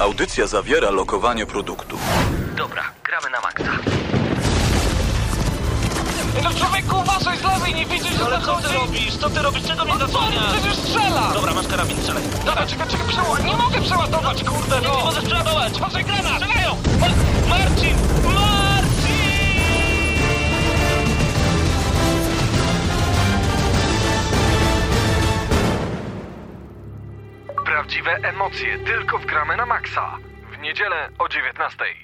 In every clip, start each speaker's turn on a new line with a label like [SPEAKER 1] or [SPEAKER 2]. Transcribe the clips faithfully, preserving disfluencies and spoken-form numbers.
[SPEAKER 1] Audycja zawiera lokowanie produktu.
[SPEAKER 2] Dobra, gramy na maksa.
[SPEAKER 3] No człowieku, uważaj z lewej, nie widzisz, że
[SPEAKER 2] Ale co
[SPEAKER 3] zachodzi?
[SPEAKER 2] ty robisz? Co ty robisz? Czego mnie zasłaniasz?
[SPEAKER 3] Przecież strzela!
[SPEAKER 2] Dobra, masz karabin, strzelaj.
[SPEAKER 3] Dobra, czekaj, czekaj, przeładuj. Nie mogę przeładować, kurde,
[SPEAKER 2] Nie,
[SPEAKER 3] no!
[SPEAKER 2] nie możesz przeładować!
[SPEAKER 3] Uważaj, granat!
[SPEAKER 2] Strzelają! Ma- Marcin! Marcin!
[SPEAKER 3] Prawdziwe emocje tylko w Gramy na Maxa. W niedzielę o dziewiętnastej.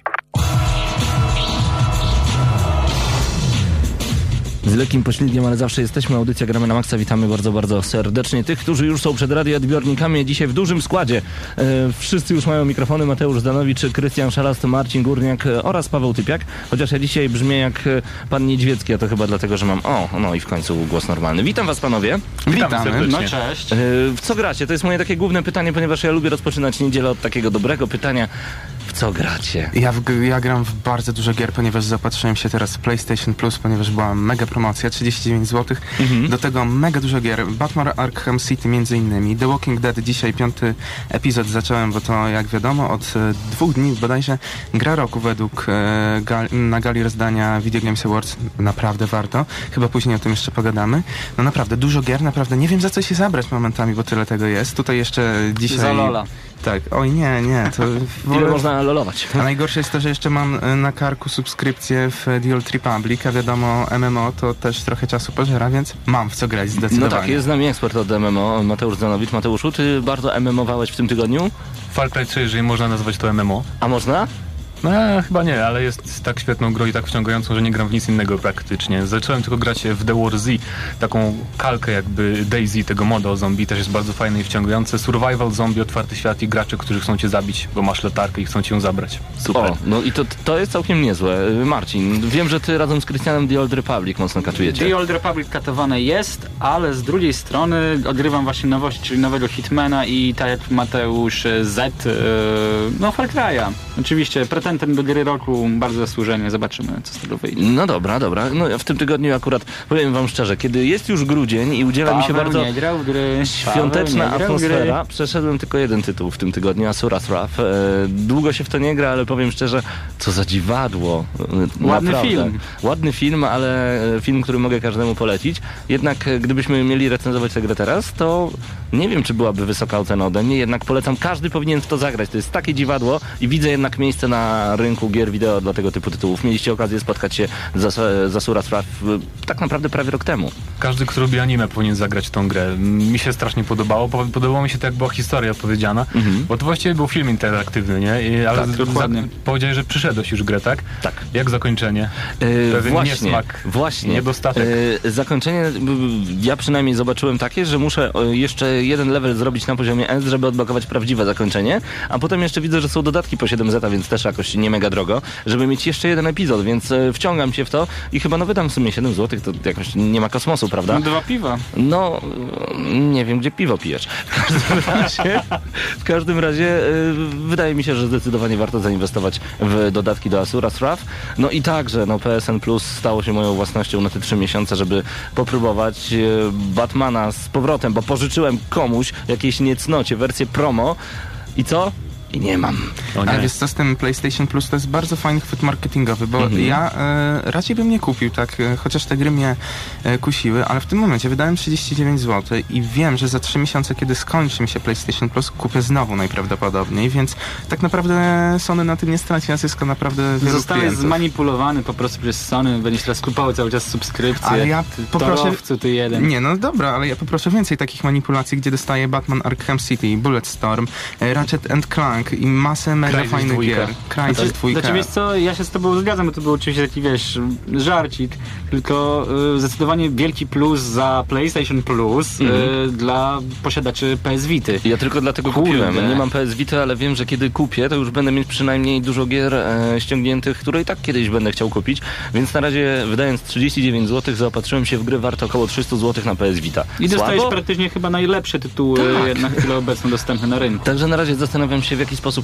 [SPEAKER 4] Z lekkim poślizgiem, ale zawsze jesteśmy. Audycja Gramy na Maxa. Witamy bardzo, bardzo serdecznie tych, którzy już są przed radioodbiornikami. Dzisiaj w dużym składzie. E, wszyscy już mają mikrofony. Mateusz Zdanowicz, Krystian Szarast, Marcin Górniak e, oraz Paweł Typiak. Chociaż ja dzisiaj brzmię jak e, pan Niedźwiecki, a to chyba dlatego, że mam... O, no i w końcu głos normalny. Witam was, panowie.
[SPEAKER 5] Witamy. No cześć.
[SPEAKER 4] E, w co gracie? To jest moje takie główne pytanie, ponieważ ja lubię rozpoczynać niedzielę od takiego dobrego pytania. W co gracie?
[SPEAKER 5] Ja, w, ja gram w bardzo dużo gier, ponieważ zaopatrzyłem się teraz w PlayStation Plus, ponieważ była mega promocja, trzydzieści dziewięć złotych. Mhm. Do tego mega dużo gier. Batman Arkham City między innymi. The Walking Dead, dzisiaj piąty epizod zacząłem, bo to jak wiadomo od e, dwóch dni bodajże gra roku według e, gal, na gali rozdania Video Games Awards. Naprawdę warto. Chyba później o tym jeszcze pogadamy. No naprawdę dużo gier, naprawdę nie wiem za co się zabrać momentami, bo tyle tego jest. Tutaj jeszcze dzisiaj...
[SPEAKER 6] Za Lola.
[SPEAKER 5] Tak, oj nie, nie. To w ogóle...
[SPEAKER 4] Ile można lolować?
[SPEAKER 5] A najgorsze jest to, że jeszcze mam na karku subskrypcję w The Old Republic, a wiadomo M M O to też trochę czasu pożera, więc mam w co grać zdecydowanie.
[SPEAKER 4] No tak, jest z nami ekspert od M M O, Mateusz Zdanowicz. Mateuszu, ty bardzo M M O-wałeś w tym tygodniu?
[SPEAKER 7] Far Cry trzy, jeżeli można nazwać to M M O.
[SPEAKER 4] A można?
[SPEAKER 7] No, chyba nie, ale jest tak świetną grą i tak wciągającą, że nie gram w nic innego praktycznie. Zacząłem tylko grać w The War Z, taką kalkę jakby DayZ, tego moda o zombie, też jest bardzo fajny i wciągający. Survival, zombie, otwarty świat i gracze, którzy chcą cię zabić, bo masz latarkę i chcą cię ją zabrać. Super.
[SPEAKER 4] O, no i to, to jest całkiem niezłe. Marcin, wiem, że ty razem z Krystianem The Old Republic mocno katujecie.
[SPEAKER 6] The Old Republic katowane jest, ale z drugiej strony odgrywam właśnie nowość, czyli nowego Hitmana i tak jak Mateusz Z, yy, no Far Cry'a. Oczywiście pretensje ten do gry roku bardzo zasłużenie. Zobaczymy, co z tego wyjdzie.
[SPEAKER 4] No dobra, dobra. No w tym tygodniu akurat powiem wam szczerze, kiedy jest już grudzień i udziela
[SPEAKER 6] Paweł
[SPEAKER 4] mi się bardzo
[SPEAKER 6] nie grał w gry.
[SPEAKER 4] świąteczna
[SPEAKER 6] Paweł nie grał
[SPEAKER 4] atmosfera, przeszedłem tylko jeden tytuł w tym tygodniu, Asura's Wrath. E, długo się w to nie gra, ale powiem szczerze, co za dziwadło.
[SPEAKER 6] Ładny
[SPEAKER 4] Naprawdę.
[SPEAKER 6] film.
[SPEAKER 4] Ładny film, ale film, który mogę każdemu polecić. Jednak gdybyśmy mieli recenzować tę grę teraz, to nie wiem, czy byłaby wysoka ocena ode mnie, jednak polecam, każdy powinien w to zagrać. To jest takie dziwadło i widzę jednak miejsce na rynku gier wideo dla tego typu tytułów. Mieliście okazję spotkać się z Asura's Wrath tak naprawdę prawie rok temu.
[SPEAKER 7] Każdy, kto lubi anime, powinien zagrać w tą grę. Mi się strasznie podobało. Podobało mi się to, jak była historia opowiedziana, mhm. bo to właściwie był film interaktywny, nie? I, ale
[SPEAKER 4] tak, dokładnie.
[SPEAKER 7] Za, powiedziałeś, że przyszedłeś już grę, tak?
[SPEAKER 4] Tak.
[SPEAKER 7] Jak zakończenie?
[SPEAKER 4] Yy,
[SPEAKER 7] Pewien
[SPEAKER 4] właśnie,
[SPEAKER 7] niesmak,
[SPEAKER 4] właśnie.
[SPEAKER 7] niedostatek.
[SPEAKER 4] Yy, zakończenie, ja przynajmniej zobaczyłem takie, że muszę jeszcze jeden level zrobić na poziomie S, żeby odblokować prawdziwe zakończenie, a potem jeszcze widzę, że są dodatki po siedem zeta, więc też jakoś nie mega drogo, żeby mieć jeszcze jeden epizod, więc e, wciągam się w to i chyba no wydam w sumie siedem złotych, to jakoś nie ma kosmosu, prawda?
[SPEAKER 6] No, dwa piwa.
[SPEAKER 4] No, nie wiem, gdzie piwo pijesz. W każdym razie, w każdym razie e, wydaje mi się, że zdecydowanie warto zainwestować w dodatki do Asura's Wrath. No i także, no P S N Plus stało się moją własnością na te trzy miesiące, żeby popróbować e, Batmana z powrotem, bo pożyczyłem komuś jakiejś niecnocie wersję promo i co? I nie mam.
[SPEAKER 5] Ale wiesz co, z tym PlayStation Plus to jest bardzo fajny chwyt marketingowy, bo mhm. ja e, raczej bym nie kupił, tak, e, chociaż te gry mnie e, kusiły, ale w tym momencie wydałem trzydzieści dziewięć złotych i wiem, że za trzy miesiące, kiedy skończy mi się PlayStation Plus, kupię znowu najprawdopodobniej, więc tak naprawdę Sony na tym nie straci, a zyska naprawdę wielu
[SPEAKER 6] Zostałeś
[SPEAKER 5] klientów.
[SPEAKER 6] zmanipulowany po prostu przez Sony, będziesz teraz kupował cały czas subskrypcję.
[SPEAKER 5] Ale ja poproszę...
[SPEAKER 6] Torowcu, ty jeden.
[SPEAKER 5] Nie, no dobra, ale ja poproszę więcej takich manipulacji, gdzie dostaję Batman Arkham City, Bulletstorm, Ratchet and Clank i masę mega
[SPEAKER 7] Crysis
[SPEAKER 5] fajnych
[SPEAKER 7] dwójka.
[SPEAKER 5] gier. Crysis dwójka.
[SPEAKER 6] Znaczy wiesz co, ja się z tobą zgadzam, bo to był oczywiście taki, wiesz, żarcik, tylko y, zdecydowanie wielki plus za PlayStation Plus mm. y, dla posiadaczy P S Vity.
[SPEAKER 4] Ja tylko dlatego
[SPEAKER 6] Kurde.
[SPEAKER 4] kupiłem. Nie mam P S Vita, ale wiem, że kiedy kupię, to już będę mieć przynajmniej dużo gier e, ściągniętych, które i tak kiedyś będę chciał kupić, więc na razie wydając trzydzieści dziewięć złotych zaopatrzyłem się w gry warte około trzysta złotych na P S Vita.
[SPEAKER 6] I dostajesz
[SPEAKER 4] Słabo?
[SPEAKER 6] praktycznie chyba najlepsze tytuły
[SPEAKER 4] Tak.
[SPEAKER 6] na chwilę obecną dostępne na rynku.
[SPEAKER 4] Także na razie zastanawiam się, w jaki sposób na raty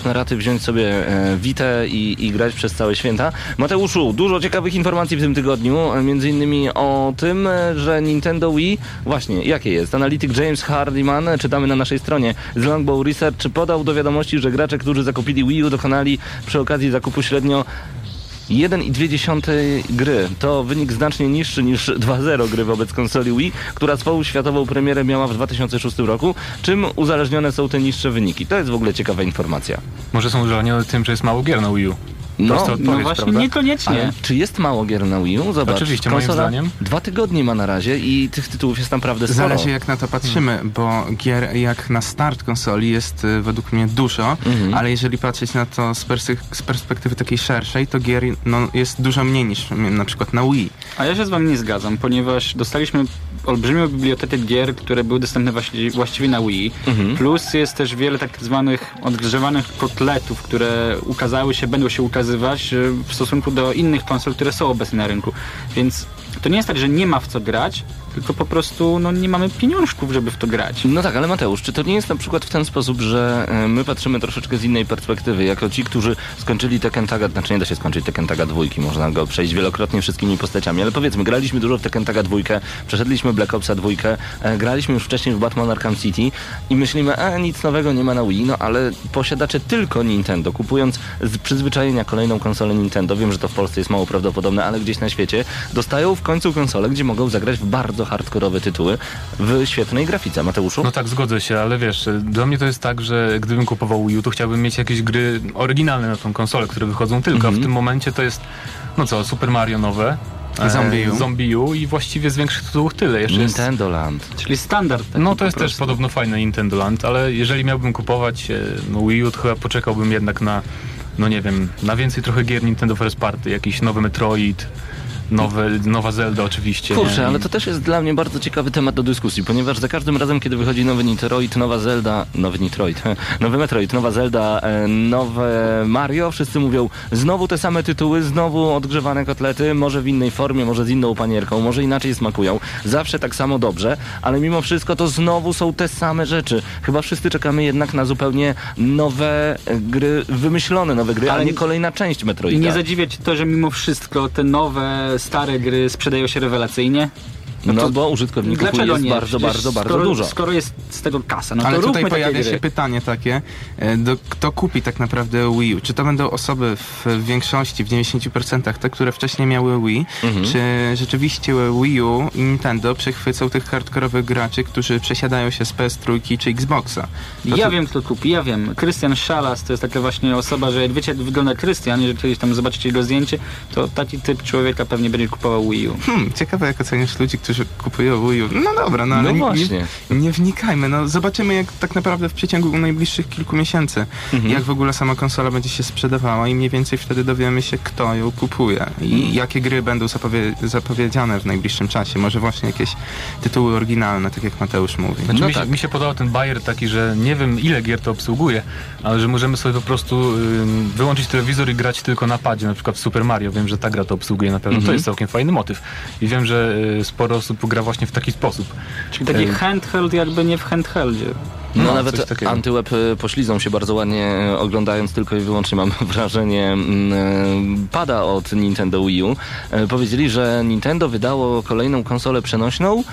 [SPEAKER 4] wziąć sobie e, Vitę i, i grać przez całe święta. Mateuszu, dużo ciekawych informacji w tym tygodniu, e, między innymi o tym, e, że Nintendo Wii, właśnie, jakie jest? Analityk James Hardiman, e, czytamy na naszej stronie, z Longbow Research podał do wiadomości, że gracze, którzy zakupili Wii U, dokonali przy okazji zakupu średnio jeden przecinek dwa gry. To wynik znacznie niższy niż dwa zero gry wobec konsoli Wii, która swoją światową premierę miała w dwa tysiące szóstym roku. Czym uzależnione są te niższe wyniki? To jest w ogóle ciekawa informacja.
[SPEAKER 7] Może są uzależnione tym, że jest mało gier na Wii U.
[SPEAKER 4] No,
[SPEAKER 7] Prosta odpowiedź,
[SPEAKER 6] No właśnie,
[SPEAKER 7] prawda?
[SPEAKER 6] niekoniecznie.
[SPEAKER 4] ale czy jest mało gier na Wii U? Zobacz,
[SPEAKER 7] Oczywiście, moim
[SPEAKER 4] konsola
[SPEAKER 7] zdaniem.
[SPEAKER 4] dwa tygodnie ma na razie i tych tytułów jest naprawdę sporo.
[SPEAKER 5] Zależy jak na to patrzymy, bo gier jak na start konsoli jest y, według mnie dużo,
[SPEAKER 4] Mhm.
[SPEAKER 5] ale jeżeli patrzeć na to z, persy- z perspektywy takiej szerszej, to gier no, jest dużo mniej niż m, na przykład na Wii.
[SPEAKER 6] A ja się z wami nie zgadzam, ponieważ dostaliśmy olbrzymią bibliotekę gier, które były dostępne właści- właściwie na Wii.
[SPEAKER 4] Mhm.
[SPEAKER 6] Plus jest też wiele tak zwanych odgrzewanych kotletów, które ukazały się, będą się ukazywać e, w stosunku do innych konsol, które są obecne na rynku. Więc to nie jest tak, że nie ma w co grać, tylko po prostu no, nie mamy pieniążków, żeby w to grać.
[SPEAKER 4] No tak, ale Mateusz, czy to nie jest na przykład w ten sposób, że e, my patrzymy troszeczkę z innej perspektywy, jako ci, którzy skończyli Tekken Taga, znaczy nie da się skończyć Tekken Taga dwójki, można go przejść wielokrotnie wszystkimi postaciami, ale powiedzmy, graliśmy dużo w Tekken Taga dwójkę, przeszedliśmy Black Opsa dwójkę, e, graliśmy już wcześniej w Batman Arkham City i myślimy, a nic nowego nie ma na Wii, no ale posiadacze tylko Nintendo, kupując z przyzwyczajenia kolejną konsolę Nintendo, wiem, że to w Polsce jest mało prawdopodobne, ale gdzieś na świecie, dostają w końcu konsolę, gdzie mogą zagrać w bardzo hardkorowe tytuły w świetnej grafice. Mateuszu?
[SPEAKER 7] No tak, zgodzę się, ale wiesz, dla mnie to jest tak, że gdybym kupował Wii U, to chciałbym mieć jakieś gry oryginalne na tą konsolę, które wychodzą tylko,
[SPEAKER 4] Mhm.
[SPEAKER 7] a w tym momencie to jest, no co, Super Mario nowe, e,
[SPEAKER 5] Zombie U.
[SPEAKER 7] Zombie U i właściwie z większych tytułów tyle. Jeszcze jest,
[SPEAKER 4] Nintendo Land.
[SPEAKER 6] Czyli standard taki
[SPEAKER 7] no to jest
[SPEAKER 6] po
[SPEAKER 7] też
[SPEAKER 6] prostu.
[SPEAKER 7] podobno fajne Nintendo Land, ale jeżeli miałbym kupować e, no Wii U, to chyba poczekałbym jednak na, no nie wiem, na więcej trochę gier Nintendo First Party, jakiś nowy Metroid, nowe, nowa Zelda oczywiście.
[SPEAKER 4] Kurczę,
[SPEAKER 7] nie?
[SPEAKER 4] ale to też jest dla mnie bardzo ciekawy temat do dyskusji, ponieważ za każdym razem, kiedy wychodzi nowy Nitroid, nowa Zelda, nowy Nitroid, nowy Metroid, nowa Zelda, e, nowe Mario, wszyscy mówią znowu te same tytuły, znowu odgrzewane kotlety, może w innej formie, może z inną panierką, może inaczej smakują, zawsze tak samo dobrze, ale mimo wszystko to znowu są te same rzeczy. Chyba wszyscy czekamy jednak na zupełnie nowe e, gry, wymyślone nowe gry, ale
[SPEAKER 6] Ale
[SPEAKER 4] nie kolejna część Metroida.
[SPEAKER 6] Nie zadziwia cię to, że mimo wszystko te nowe, stare gry sprzedają się rewelacyjnie?
[SPEAKER 4] No,
[SPEAKER 6] to
[SPEAKER 4] bo użytkowników
[SPEAKER 6] Dlaczego
[SPEAKER 4] jest
[SPEAKER 6] nie?
[SPEAKER 4] bardzo,
[SPEAKER 6] Przecież
[SPEAKER 4] bardzo, bardzo
[SPEAKER 6] skoro,
[SPEAKER 4] dużo.
[SPEAKER 6] Skoro jest z tego kasa, no
[SPEAKER 5] Ale
[SPEAKER 6] to
[SPEAKER 5] tutaj
[SPEAKER 6] róbmy takie
[SPEAKER 5] pojawia
[SPEAKER 6] gry.
[SPEAKER 5] się pytanie takie, e, do, kto kupi tak naprawdę Wii U? Czy to będą osoby w większości, w dziewięćdziesięciu procentach, te, które wcześniej miały Wii,
[SPEAKER 4] Mhm.
[SPEAKER 5] czy rzeczywiście Wii U i Nintendo przechwycą tych hardkorowych graczy, którzy przesiadają się z P S trzy czy Xboxa? To
[SPEAKER 6] Ja
[SPEAKER 5] to-
[SPEAKER 6] wiem, kto kupi, ja wiem. Krystian Szalas to jest taka właśnie osoba, że jak wiecie, jak wygląda Krystian, jeżeli kiedyś tam zobaczycie jego zdjęcie, to taki typ człowieka pewnie będzie kupował Wii U.
[SPEAKER 5] Hmm, ciekawe jak oceniasz ludzi, którzy kupują Wii U. No dobra, no ale
[SPEAKER 4] No
[SPEAKER 5] nie,
[SPEAKER 4] właśnie.
[SPEAKER 5] nie, nie wnikajmy, no zobaczymy jak tak naprawdę w przeciągu najbliższych kilku miesięcy,
[SPEAKER 4] Mhm.
[SPEAKER 5] jak w ogóle sama konsola będzie się sprzedawała i mniej więcej wtedy dowiemy się, kto ją kupuje i
[SPEAKER 4] Mhm.
[SPEAKER 5] jakie gry będą zapowie- zapowiedziane w najbliższym czasie. Może właśnie jakieś tytuły oryginalne, tak jak Mateusz mówi.
[SPEAKER 7] Znaczy
[SPEAKER 4] No
[SPEAKER 7] mi, się,
[SPEAKER 4] tak.
[SPEAKER 7] mi się podobał ten bajer taki, że nie wiem ile gier to obsługuje, ale że możemy sobie po prostu ym, wyłączyć telewizor i grać tylko na padzie, na przykład w Super Mario. Wiem, że ta gra to obsługuje na pewno.
[SPEAKER 4] Mhm.
[SPEAKER 7] To jest całkiem fajny motyw. I wiem, że y, sporo osób gra właśnie w taki sposób.
[SPEAKER 6] Czyli taki
[SPEAKER 7] Ym,
[SPEAKER 6] handheld jakby nie w handheldzie.
[SPEAKER 4] No,
[SPEAKER 7] No, coś
[SPEAKER 4] nawet
[SPEAKER 7] takiego.
[SPEAKER 4] antyweb y, poślizą się bardzo ładnie, y, oglądając tylko i wyłącznie, mam wrażenie, mm, y, pada od Nintendo Wii U. Y, Powiedzieli, że Nintendo wydało kolejną konsolę przenośną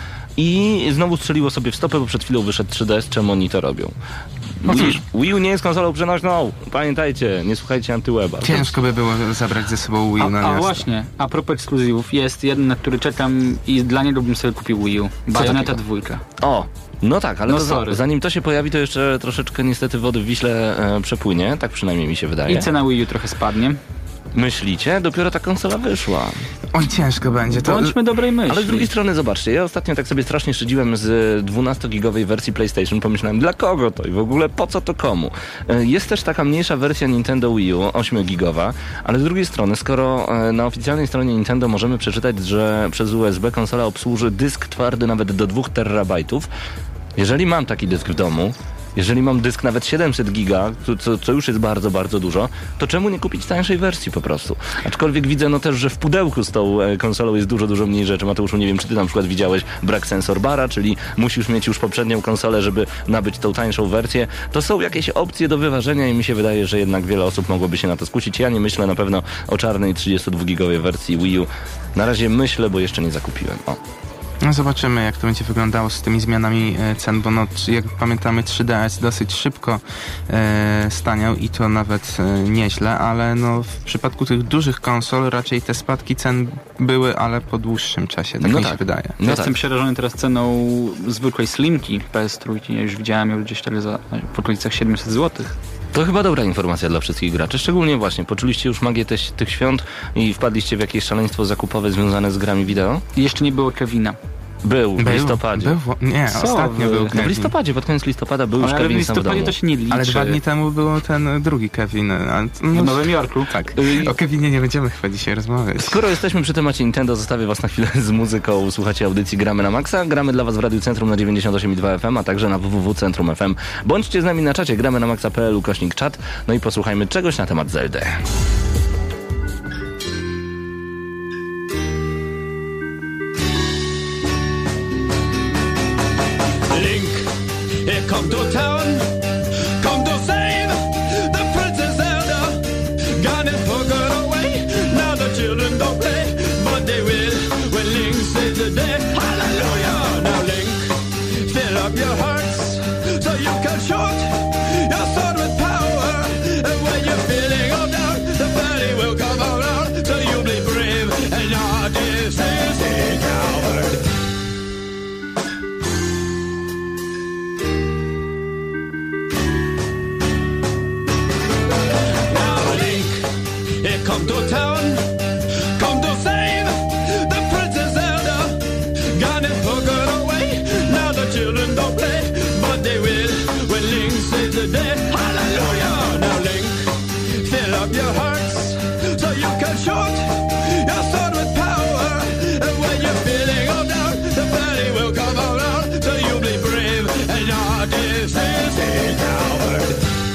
[SPEAKER 4] i znowu strzeliło sobie w stopę, bo przed chwilą wyszedł trzy D S, czemu oni to robią.
[SPEAKER 7] No
[SPEAKER 4] Wii,
[SPEAKER 7] cóż.
[SPEAKER 4] Wii U nie jest konsolą przenośną, pamiętajcie, nie słuchajcie antyweba.
[SPEAKER 5] Ciężko by było zabrać ze sobą Wii U na
[SPEAKER 6] A, a
[SPEAKER 5] miasto.
[SPEAKER 6] właśnie, a propos ekskluzywów, jest jeden, na który czekam i dla niego bym sobie kupił Wii U. Bayonetta
[SPEAKER 4] takiego?
[SPEAKER 6] dwójka.
[SPEAKER 4] O, no tak, ale
[SPEAKER 6] No
[SPEAKER 4] to za,
[SPEAKER 6] sorry.
[SPEAKER 4] zanim to się pojawi, to jeszcze troszeczkę niestety wody w Wiśle e, przepłynie, tak przynajmniej mi się wydaje.
[SPEAKER 6] I cena Wii U trochę spadnie.
[SPEAKER 4] Myślicie? Dopiero ta konsola wyszła.
[SPEAKER 5] Oj, ciężko będzie. To...
[SPEAKER 6] Bądźmy dobrej myśli.
[SPEAKER 4] Ale z drugiej strony zobaczcie, ja ostatnio tak sobie strasznie szydziłem z dwunastogigowej wersji PlayStation, pomyślałem, dla kogo to i w ogóle po co to komu? E, Jest też taka mniejsza wersja Nintendo Wii U, ośmiogigowa, ale z drugiej strony, skoro e, na oficjalnej stronie Nintendo możemy przeczytać, że przez U S B konsola obsłuży dysk twardy nawet do dwóch terabajtów, jeżeli mam taki dysk w domu, Jeżeli mam dysk nawet siedemset giga, co, co, co już jest bardzo, bardzo dużo, to czemu nie kupić tańszej wersji po prostu? Aczkolwiek widzę no też, że w pudełku z tą e, konsolą jest dużo, dużo mniej rzeczy. Mateuszu, nie wiem, czy ty na przykład widziałeś brak sensor bara, czyli musisz mieć już poprzednią konsolę, żeby nabyć tą tańszą wersję. To są jakieś opcje do wyważenia i mi się wydaje, że jednak wiele osób mogłoby się na to skusić. Ja nie myślę na pewno o czarnej trzydziestodwugigowej wersji Wii U. Na razie myślę, bo jeszcze nie zakupiłem. O.
[SPEAKER 5] No zobaczymy, jak to będzie wyglądało z tymi zmianami e, cen, bo no, jak pamiętamy trzy D S dosyć szybko e, staniał i to nawet e, nieźle, ale no, w przypadku tych dużych konsol raczej te spadki cen były, ale po dłuższym czasie, tak
[SPEAKER 4] no
[SPEAKER 5] mi
[SPEAKER 4] tak.
[SPEAKER 5] się wydaje.
[SPEAKER 6] Ja
[SPEAKER 4] No
[SPEAKER 6] jestem
[SPEAKER 4] tak.
[SPEAKER 6] przerażony teraz ceną zwykłej Slimki P S trzy. Ja już widziałem ją gdzieś tak za, w okolicach siedemset złotych.
[SPEAKER 4] To chyba dobra informacja dla wszystkich graczy. Szczególnie właśnie, poczuliście już magię te, tych świąt i wpadliście w jakieś szaleństwo zakupowe związane z grami wideo?
[SPEAKER 6] I jeszcze nie było Kevina.
[SPEAKER 4] Był, w
[SPEAKER 5] Był,
[SPEAKER 4] listopadzie.
[SPEAKER 5] Był, w- nie,
[SPEAKER 6] Co
[SPEAKER 5] ostatnio
[SPEAKER 6] wy?
[SPEAKER 5] był
[SPEAKER 4] No w
[SPEAKER 5] Kevin.
[SPEAKER 4] listopadzie, pod koniec listopada był już
[SPEAKER 6] Ale w
[SPEAKER 4] Kevin sam w
[SPEAKER 6] listopadzie
[SPEAKER 4] domu.
[SPEAKER 6] to się nie liczy.
[SPEAKER 5] Ale dwa dni temu był ten drugi Kevin. A, no,
[SPEAKER 6] W Nowym Jorku.
[SPEAKER 5] tak.
[SPEAKER 4] Y-
[SPEAKER 5] O Kevinie nie będziemy chyba dzisiaj rozmawiać.
[SPEAKER 4] Skoro jesteśmy przy temacie Nintendo, zostawię was na chwilę z muzyką. Słuchacie audycji Gramy na Maxa. Gramy dla was w Radiu Centrum na dziewięćdziesiąt osiem i dwa F M, a także na w w w kropka centrum kropka f m. Bądźcie z nami na czacie gramy na maxa kropka p l ukośnik czat. No i posłuchajmy czegoś na temat Zeldy.
[SPEAKER 8] Link, here come to town, come to save the Princess Zelda. Got it forgot away, now the children don't play, but they will when Link saves the day. Hallelujah! Now Link, fill up your hearts so you can shoot your sword with power. And when you're feeling all down, the fairy will come around, so you'll be brave and not this is a coward. Here come to town, come to save the Princess Zelda. Got it forgot away, now the children don't play, but they will when Link saves the day. Hallelujah! Now Link, fill up your hearts so you can shoot your sword with power. And when you're feeling all down, the fairy will come around, so you'll be brave and not this is a coward.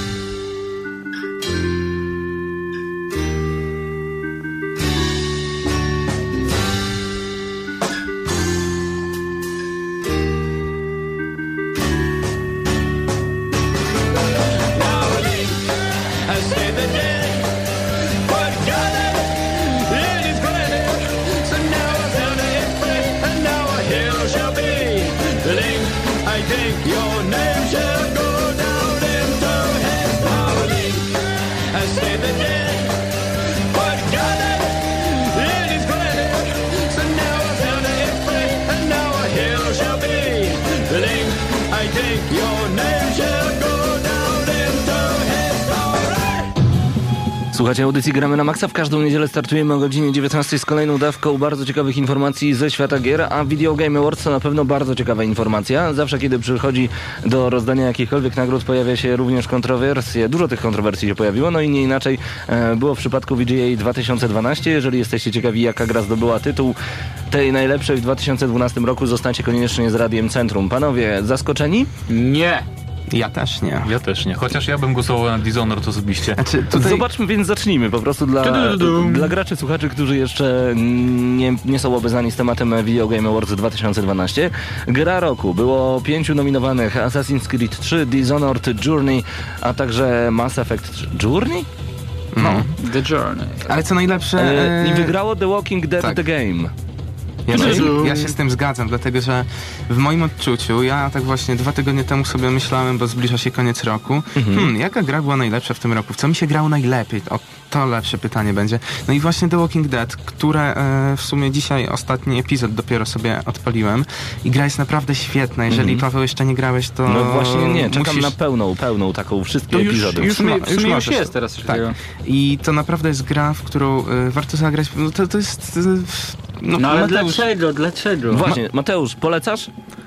[SPEAKER 4] Słuchajcie audycji Gramy na Maxa. W każdą niedzielę startujemy o godzinie dziewiętnastej z kolejną dawką bardzo ciekawych informacji ze świata gier, a Video Game Awards to na pewno bardzo ciekawa informacja. Zawsze kiedy przychodzi do rozdania jakichkolwiek nagród pojawia się również kontrowersje. Dużo tych kontrowersji się pojawiło, no i nie inaczej e, było w przypadku V G A dwa tysiące dwanaście. Jeżeli jesteście ciekawi, jaka gra zdobyła tytuł tej najlepszej w dwa tysiące dwunastym roku, zostańcie koniecznie z Radiem Centrum. Panowie, zaskoczeni?
[SPEAKER 6] Nie!
[SPEAKER 5] Ja też nie.
[SPEAKER 7] Ja też nie. Chociaż ja bym głosował na Dishonored osobiście.
[SPEAKER 5] Znaczy, tutaj...
[SPEAKER 4] Zobaczmy, więc zacznijmy po prostu dla, dla graczy, słuchaczy, którzy jeszcze nie, nie są obeznani z tematem Video Game Awards dwa tysiące dwanaście. Gra roku. Było pięciu nominowanych: Assassin's Creed trzy, Dishonored, Journey, a także Mass Effect trzy. Journey?
[SPEAKER 5] No.
[SPEAKER 6] The Journey.
[SPEAKER 5] Ale co najlepsze...
[SPEAKER 4] E, I
[SPEAKER 5] e,
[SPEAKER 4] wygrało The Walking Dead
[SPEAKER 5] tak.
[SPEAKER 4] The Game.
[SPEAKER 5] Ja się, ja się z tym zgadzam, dlatego że w moim odczuciu, ja tak właśnie dwa tygodnie temu sobie myślałem, bo zbliża się koniec roku, mhm. hmm, jaka gra była najlepsza w tym roku? W co mi się grało najlepiej? O, to lepsze pytanie będzie. No i właśnie The Walking Dead, które e, w sumie dzisiaj ostatni epizod dopiero sobie odpaliłem i gra jest naprawdę świetna. Jeżeli
[SPEAKER 4] mhm.
[SPEAKER 5] Paweł jeszcze nie grałeś, to
[SPEAKER 4] No właśnie nie, czekam
[SPEAKER 5] musisz...
[SPEAKER 4] na pełną, pełną taką, wszystkie
[SPEAKER 5] To już-
[SPEAKER 4] epizody.
[SPEAKER 5] już
[SPEAKER 6] W sumie,
[SPEAKER 5] ma-
[SPEAKER 6] w sumie już
[SPEAKER 5] możesz.
[SPEAKER 6] jest teraz.
[SPEAKER 5] Tak. I to naprawdę jest gra, w którą e, warto zagrać. No to, to jest... E, no,
[SPEAKER 6] No ale
[SPEAKER 5] Mateusz,
[SPEAKER 6] dlaczego? Dlaczego?
[SPEAKER 4] Właśnie, Mateusz, polecasz?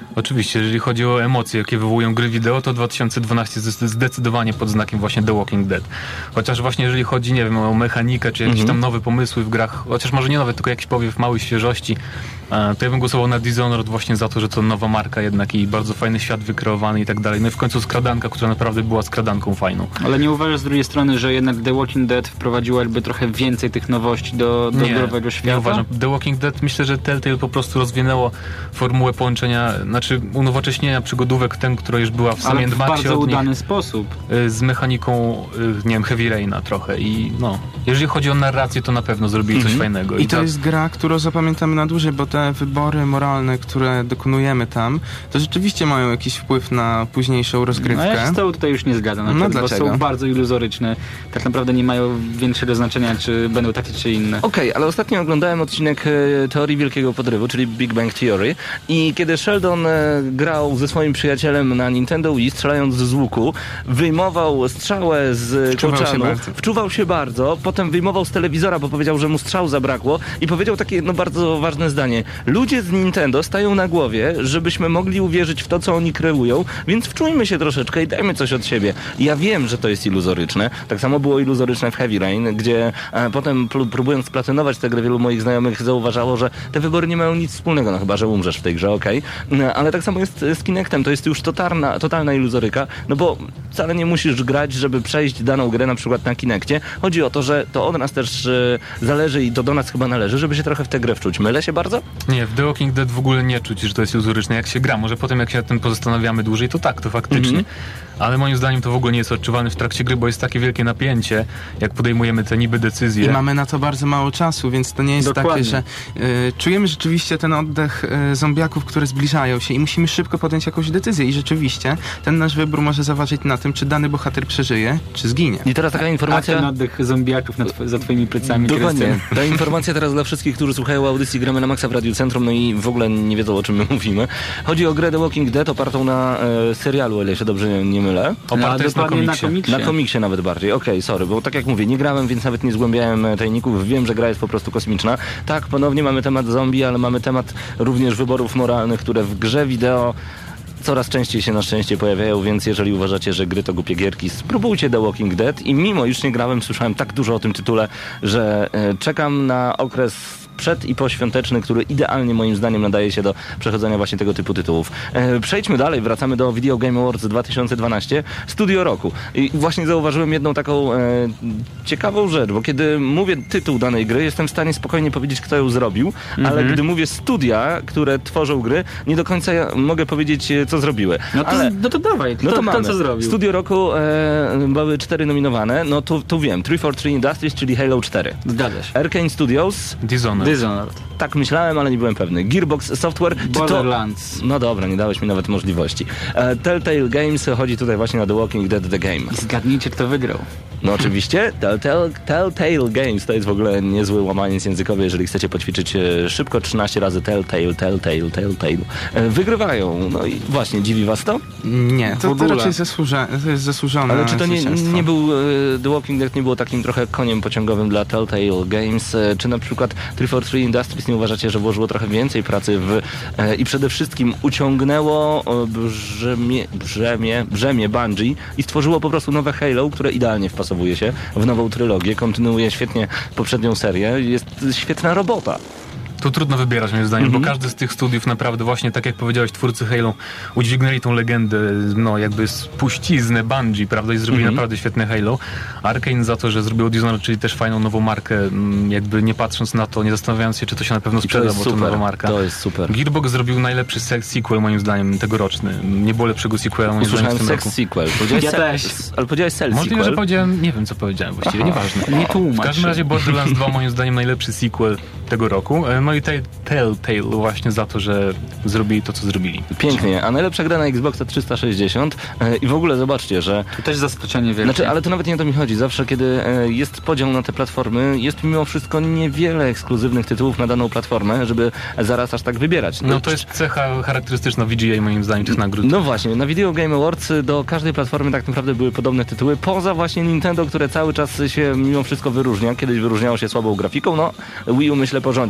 [SPEAKER 7] Oczywiście, jeżeli chodzi o emocje, jakie wywołują gry wideo, to dwa tysiące dwunasty jest zdecydowanie pod znakiem właśnie The Walking Dead. Chociaż właśnie jeżeli chodzi, nie wiem, o mechanikę, czy jakieś
[SPEAKER 4] Mhm.
[SPEAKER 7] tam nowe pomysły w grach, chociaż może nie nowe, tylko jakiś powiew małej świeżości, e, to ja bym głosował na Dishonored właśnie za to, że to nowa marka jednak i bardzo fajny świat wykreowany i tak dalej. No i w końcu skradanka, która naprawdę była skradanką fajną.
[SPEAKER 6] Ale nie uważasz z drugiej strony, że jednak The Walking Dead wprowadziło jakby trochę więcej tych nowości do, do growego świata?
[SPEAKER 7] Nie uważam. The Walking Dead, myślę, że Telltale po prostu rozwinęło formułę połączenia, znaczy unowocześnienia przygodówek, ten, która już była w
[SPEAKER 6] Ale
[SPEAKER 7] samym
[SPEAKER 6] w
[SPEAKER 7] Maxie
[SPEAKER 6] bardzo
[SPEAKER 7] od nich,
[SPEAKER 6] udany sposób.
[SPEAKER 7] y, z mechaniką, y, nie wiem, Heavy Raina trochę i no, jeżeli chodzi o narrację, to na pewno zrobili coś fajnego.
[SPEAKER 5] I to
[SPEAKER 7] tak-
[SPEAKER 5] jest gra, którą zapamiętamy na dłużej, bo te wybory moralne, które dokonujemy tam, to rzeczywiście mają jakiś wpływ na późniejszą rozgrywkę.
[SPEAKER 6] No ja się z tobą tutaj już nie zgadzam, na
[SPEAKER 5] No
[SPEAKER 6] przykład, bo
[SPEAKER 5] dlaczego?
[SPEAKER 6] są bardzo iluzoryczne. Tak naprawdę nie mają większego znaczenia, czy będą takie, czy inne.
[SPEAKER 4] Okej, ale ostatnio oglądałem odcinek e, Teorii Wielkiego Podrywu, czyli Big Bang Theory, i kiedy Sheldon e, grał ze swoim przyjacielem na Nintendo Wii, strzelając z łuku, wyjmował strzałę z
[SPEAKER 5] Wczuwał się
[SPEAKER 4] kołczanu,
[SPEAKER 5] bardzo.
[SPEAKER 4] wczuwał się bardzo, potem wyjmował z telewizora, bo powiedział, że mu strzał zabrakło, i powiedział takie jedno bardzo ważne zdanie. Ludzie z Nintendo stają na głowie, żebyśmy mogli uwierzyć w to, co oni kreują, więc wczujmy się troszeczkę i dajmy coś od siebie. Ja wiem, że to jest iluzoryczne. Tak samo było iluzoryczne w Heavy Rain, gdzie e, potem pró- próbując platynować tę grę, wielu moich znajomych zauważało, że te wybory nie mają nic wspólnego, no chyba, że umrzesz w tej grze, okej. No, ale tak samo jest z Kinectem, to jest już totalna, totalna iluzoryka, no bo wcale nie musisz grać, żeby przejść daną grę na przykład na Kinectie. Chodzi o to, że to od nas też e, zależy i to do nas chyba należy, żeby się trochę w tę grę wczuć. Mylę się bardzo?
[SPEAKER 7] Nie, w The Walking Dead w ogóle nie czuć, że to jest iluzoryczne. Jak się gra, może potem jak się nad tym pozastanawiamy dłużej, to tak, to faktycznie. Ale moim zdaniem to w ogóle nie jest odczuwalne w trakcie gry, bo jest takie wielkie napięcie, jak podejmujemy te niby decyzje.
[SPEAKER 5] I mamy na to bardzo mało czasu, więc to nie jest
[SPEAKER 6] Dokładnie.
[SPEAKER 5] takie, że y, czujemy rzeczywiście ten oddech y, zombiaków, które zbliżają się i musimy szybko podjąć jakąś decyzję i rzeczywiście ten nasz wybór może zaważyć na tym, czy dany bohater przeżyje, czy zginie.
[SPEAKER 4] I teraz taka
[SPEAKER 6] A ten
[SPEAKER 4] informacja...
[SPEAKER 6] oddech zombiaków nad tw- za twoimi plecami,
[SPEAKER 4] Dokładnie.
[SPEAKER 6] Krystian.
[SPEAKER 4] Ta informacja teraz dla wszystkich, którzy słuchają audycji Gramy na Maxa w Radiu Centrum, no i w ogóle nie wiedzą, o czym my mówimy. Chodzi o grę The Walking Dead opartą na e, serialu, o ile się dobrze nie, nie mylę.
[SPEAKER 7] Oparte jest na
[SPEAKER 6] dokładnie na
[SPEAKER 7] komiksie.
[SPEAKER 6] komiksie.
[SPEAKER 4] Na komiksie nawet bardziej. Okej, sorry, bo tak jak mówię, nie grałem, więc nawet nie zgłębiałem e, tajników. Wiem, że gra jest po prostu kosmiczna. Tak, ponownie mamy temat zombie, ale mamy temat również wyborów moralnych, które w grze wideo coraz częściej się na szczęście pojawiają, więc jeżeli uważacie, że gry to głupie gierki, spróbujcie The Walking Dead i mimo iż nie grałem, słyszałem tak dużo o tym tytule, że e, czekam na okres przed- i poświąteczny, który idealnie moim zdaniem nadaje się do przechodzenia właśnie tego typu tytułów. E, przejdźmy dalej, wracamy do Video Game Awards dwa tysiące dwanaście, Studio Roku. I właśnie zauważyłem jedną taką e, ciekawą rzecz, bo kiedy mówię tytuł danej gry, jestem w stanie spokojnie powiedzieć, kto ją zrobił, ale gdy mówię studia, które tworzą gry, nie do końca ja mogę powiedzieć, e, co zrobiły.
[SPEAKER 6] No to,
[SPEAKER 4] ale...
[SPEAKER 6] no to dawaj, kto,
[SPEAKER 4] No to
[SPEAKER 6] kto
[SPEAKER 4] mamy.
[SPEAKER 6] co zrobił?
[SPEAKER 4] Studio Roku e, były cztery nominowane. No tu, tu wiem. trzysta czterdzieści trzy Industries, czyli Halo cztery.
[SPEAKER 6] Zgadza się.
[SPEAKER 4] Arkane Studios.
[SPEAKER 7] Dishonored.
[SPEAKER 6] Dishonored.
[SPEAKER 4] Tak myślałem, ale nie byłem pewny. Gearbox Software. Czy to...
[SPEAKER 6] Borderlands.
[SPEAKER 4] No dobra, nie dałeś mi nawet możliwości. E, Telltale Games. Chodzi tutaj właśnie na The Walking Dead The Game.
[SPEAKER 6] I zgadnijcie, kto wygrał.
[SPEAKER 4] No oczywiście. Telltale, Telltale Games to jest w ogóle niezły łamaniec językowy, jeżeli chcecie poćwiczyć e, szybko trzynaście razy Telltale, Telltale, Telltale. E, wygrywają. No i właśnie, dziwi was to?
[SPEAKER 5] Nie, to, to
[SPEAKER 6] ogóle.
[SPEAKER 5] raczej zasłuża, to jest zasłużone
[SPEAKER 4] Ale czy to nie,
[SPEAKER 5] zwycięstwo.
[SPEAKER 4] nie był, e, The Walking Dead nie było takim trochę koniem pociągowym dla Telltale Games? E, Czy na przykład trzysta czterdzieści trzy Industries nie uważacie, że włożyło trochę więcej pracy w e, i przede wszystkim uciągnęło e, brzemię, brzemię, brzemię Bungie i stworzyło po prostu nowe Halo, które idealnie wpasowuje się w nową trylogię, kontynuuje świetnie poprzednią serię, jest świetna robota.
[SPEAKER 7] Tu trudno wybierać moim zdaniem,
[SPEAKER 4] Mhm.
[SPEAKER 7] bo każdy z tych studiów naprawdę właśnie, tak jak powiedziałeś, twórcy Halo udźwignęli tą legendę, no jakby spuściznę Bungie, prawda, i zrobili
[SPEAKER 4] Mhm.
[SPEAKER 7] naprawdę świetne Halo. Arkane za to, że zrobiło Dishonored, czyli też fajną nową markę, mm, jakby nie patrząc na to, nie zastanawiając się, czy to się na pewno
[SPEAKER 4] I to
[SPEAKER 7] sprzeda,
[SPEAKER 4] jest
[SPEAKER 7] bo to
[SPEAKER 4] super,
[SPEAKER 7] nowa marka.
[SPEAKER 4] to jest super.
[SPEAKER 7] Gearbox zrobił najlepszy se- sequel moim zdaniem tegoroczny. Nie było lepszego sequela moim zdaniem w
[SPEAKER 4] Usłyszałem
[SPEAKER 7] tym
[SPEAKER 4] sex
[SPEAKER 7] roku.
[SPEAKER 4] sequel. Powiedziałeś
[SPEAKER 6] Ja
[SPEAKER 4] se-
[SPEAKER 6] też.
[SPEAKER 4] Ale powiedziałeś cel
[SPEAKER 7] Możliwe,
[SPEAKER 4] sequel.
[SPEAKER 7] że powiedziałem, nie wiem co powiedziałem właściwie, nieważne.
[SPEAKER 6] Nie tłumacz
[SPEAKER 7] W każdym
[SPEAKER 6] się.
[SPEAKER 7] razie Borderlands dwa moim zdaniem najlepszy sequel tego roku. E, No i te- Telltale właśnie za to, że zrobili to, co zrobili.
[SPEAKER 4] Pięknie, a najlepsza gra na Xboxa trzysta sześćdziesiąt e, i w ogóle zobaczcie, że
[SPEAKER 6] To też zaskoczenie wielkie.
[SPEAKER 4] Znaczy, ale to nawet nie o to mi chodzi. Zawsze, kiedy e, jest podział na te platformy, jest mimo wszystko niewiele ekskluzywnych tytułów na daną platformę, żeby zaraz aż tak wybierać.
[SPEAKER 7] No to jest cecha charakterystyczna V G A moim zdaniem tych nagród.
[SPEAKER 4] No właśnie, na Video Game Awards do każdej platformy tak naprawdę były podobne tytuły, poza właśnie Nintendo, które cały czas się mimo wszystko wyróżnia. Kiedyś wyróżniało się słabą grafiką, no Wii U myślę porządzi, więc zobaczcie.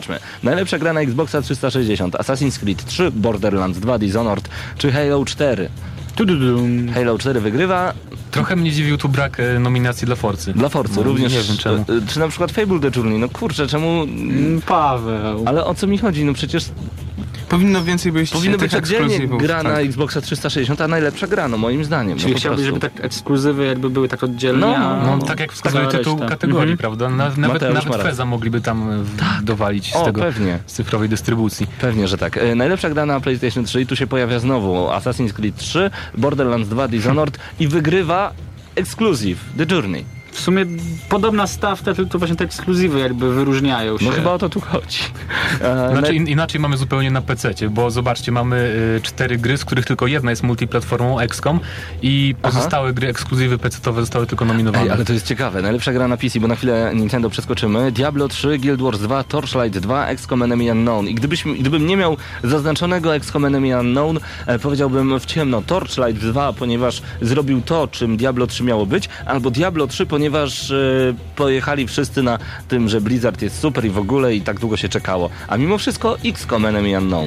[SPEAKER 4] zobaczmy. Najlepsza gra na Xboxa trzysta sześćdziesiąt. Assassin's Creed trzy, Borderlands dwa, Dishonored czy Halo cztery.
[SPEAKER 6] Tududum.
[SPEAKER 4] Halo cztery wygrywa.
[SPEAKER 7] Trochę mnie dziwił tu brak e, nominacji dla Forcy.
[SPEAKER 4] Dla Forcy
[SPEAKER 7] No,
[SPEAKER 4] również.
[SPEAKER 7] Nie wiem czemu.
[SPEAKER 4] e, Czy na przykład Fable The Journey. No kurczę, czemu...
[SPEAKER 6] Mm, Paweł.
[SPEAKER 4] Ale o co mi chodzi? No przecież
[SPEAKER 5] Powinno więcej być
[SPEAKER 4] powinno
[SPEAKER 5] tych
[SPEAKER 4] być oddzielnie
[SPEAKER 5] ekskluzywów.
[SPEAKER 4] gra na
[SPEAKER 5] tak.
[SPEAKER 4] Xboxa trzysta sześćdziesiąt, a najlepsza gra, no moim zdaniem.
[SPEAKER 6] Czyli
[SPEAKER 4] no, po
[SPEAKER 6] chciałbyś,
[SPEAKER 4] prostu.
[SPEAKER 6] żeby tak ekskluzywy jakby były tak oddzielnie,
[SPEAKER 4] No,
[SPEAKER 6] a...
[SPEAKER 7] No tak jak wskazuje
[SPEAKER 6] cała
[SPEAKER 7] tytuł
[SPEAKER 6] reszta.
[SPEAKER 7] kategorii,
[SPEAKER 6] Mhm.
[SPEAKER 7] prawda? Na, nawet
[SPEAKER 4] Mateusz
[SPEAKER 7] nawet
[SPEAKER 4] ma rację.
[SPEAKER 7] Feza mogliby tam e, w- dowalić z
[SPEAKER 4] O,
[SPEAKER 7] tego
[SPEAKER 4] pewnie.
[SPEAKER 7] z cyfrowej dystrybucji.
[SPEAKER 4] Pewnie, że tak. E, najlepsza gra na PlayStation trzy i tu się pojawia znowu Assassin's Creed trzy, Borderlands dwa, Dishonored i wygrywa ekskluzyw The Journey.
[SPEAKER 6] W sumie podobna stawka, tylko właśnie te ekskluzywy jakby wyróżniają się.
[SPEAKER 4] No chyba o to tu chodzi. E,
[SPEAKER 7] Znaczy
[SPEAKER 4] naj-
[SPEAKER 7] in, inaczej mamy zupełnie na pececie, bo zobaczcie, mamy y, cztery gry, z których tylko jedna jest multiplatformą X COM i pozostałe gry ekskluzywy pecetowe zostały tylko nominowane.
[SPEAKER 4] Ej, ale to jest ciekawe. Najlepsza gra na P C, bo na chwilę Nintendo przeskoczymy. Diablo trzy, Guild Wars dwa, Torchlight dwa, X COM Enemy Unknown. I gdybyśmy, gdybym nie miał zaznaczonego X COM Enemy Unknown, e, powiedziałbym w ciemno Torchlight dwa, ponieważ zrobił to, czym Diablo trzy miało być, albo Diablo trzy, ponieważ e, pojechali wszyscy na tym, że Blizzard jest super i w ogóle i tak długo się czekało. A mimo wszystko X COM Enemy Unknown.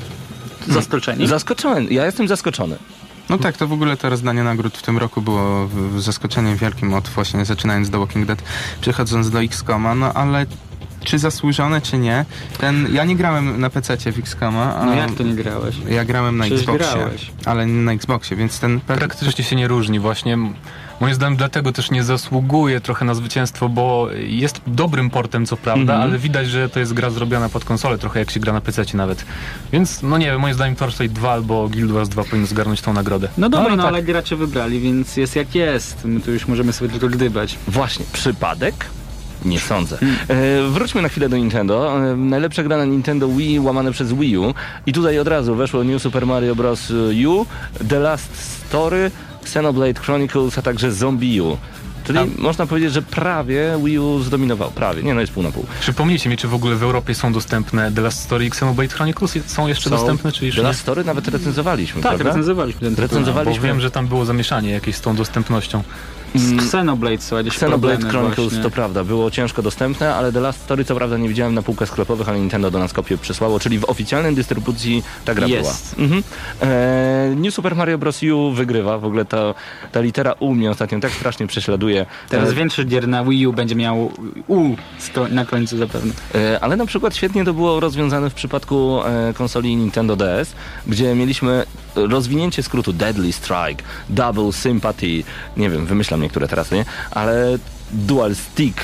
[SPEAKER 6] Zaskoczeni?
[SPEAKER 4] Zaskoczony. Ja jestem zaskoczony.
[SPEAKER 5] No tak, to w ogóle to rozdanie nagród w tym roku było w- zaskoczeniem wielkim od właśnie zaczynając The Walking Dead, przechodząc do X COMa, no ale czy zasłużone, czy nie, ten, ja nie grałem na pececie w X COMa, a
[SPEAKER 6] No jak to nie grałeś?
[SPEAKER 5] ja grałem na
[SPEAKER 6] Przecież
[SPEAKER 5] Xboxie,
[SPEAKER 6] grałeś.
[SPEAKER 5] ale nie na Xboxie, więc ten pe-
[SPEAKER 7] Praktycznie się nie różni właśnie. Moim zdaniem dlatego też nie zasługuje trochę na zwycięstwo, bo jest dobrym portem co prawda, ale widać, że to jest gra zrobiona pod konsolę, trochę jak się gra na pececie nawet. Więc no nie wiem, moim zdaniem Torchlight dwa albo Guild Wars dwa powinien zgarnąć tą nagrodę.
[SPEAKER 6] No dobra,
[SPEAKER 4] No i
[SPEAKER 6] no,
[SPEAKER 4] tak.
[SPEAKER 6] ale gracze wybrali, więc jest jak jest. My tu już możemy sobie tylko gdybać.
[SPEAKER 4] Właśnie, przypadek? Nie sądzę. E, wróćmy na chwilę do Nintendo. E, najlepsza gra na Nintendo Wii łamane przez Wii U. I tutaj od razu weszło New Super Mario Bros. U, The Last Story, Xenoblade Chronicles, a także Zombie U. Czyli można powiedzieć, że prawie Wii U zdominował. Prawie. Nie, no jest pół na pół.
[SPEAKER 7] Przypomnijcie mi, czy w ogóle w Europie są dostępne The Last Story i Xenoblade Chronicles? Są jeszcze
[SPEAKER 4] Są.
[SPEAKER 7] dostępne, czy już
[SPEAKER 4] The
[SPEAKER 7] nie?
[SPEAKER 4] Last Story nawet recenzowaliśmy,
[SPEAKER 6] Tak,
[SPEAKER 4] prawda?
[SPEAKER 6] recenzowaliśmy ten tytuł.
[SPEAKER 4] Recenzowaliśmy.
[SPEAKER 7] Bo wiem, że tam było zamieszanie jakieś z tą dostępnością.
[SPEAKER 6] Z Xenoblade są jakieś
[SPEAKER 4] Xenoblade
[SPEAKER 6] problemy
[SPEAKER 4] Chronicles
[SPEAKER 6] właśnie.
[SPEAKER 4] to prawda, było ciężko dostępne, ale The Last Story co prawda nie widziałem na półkach sklepowych, ale Nintendo do nas kopię przysłało, czyli w oficjalnej dystrybucji ta gra
[SPEAKER 6] Jest.
[SPEAKER 4] była. Mhm. E, New Super Mario Bros. U wygrywa, w ogóle ta, ta litera U mnie ostatnio tak strasznie prześladuje.
[SPEAKER 6] Teraz
[SPEAKER 4] E,
[SPEAKER 6] większy gier na Wii U będzie miał U sto- na końcu zapewne.
[SPEAKER 4] E, Ale na przykład świetnie to było rozwiązane w przypadku e, konsoli Nintendo D S, gdzie mieliśmy rozwinięcie skrótu Deadly Strike, Double Sympathy, nie wiem, wymyślam niektóre teraz, nie? Ale Dual Stick.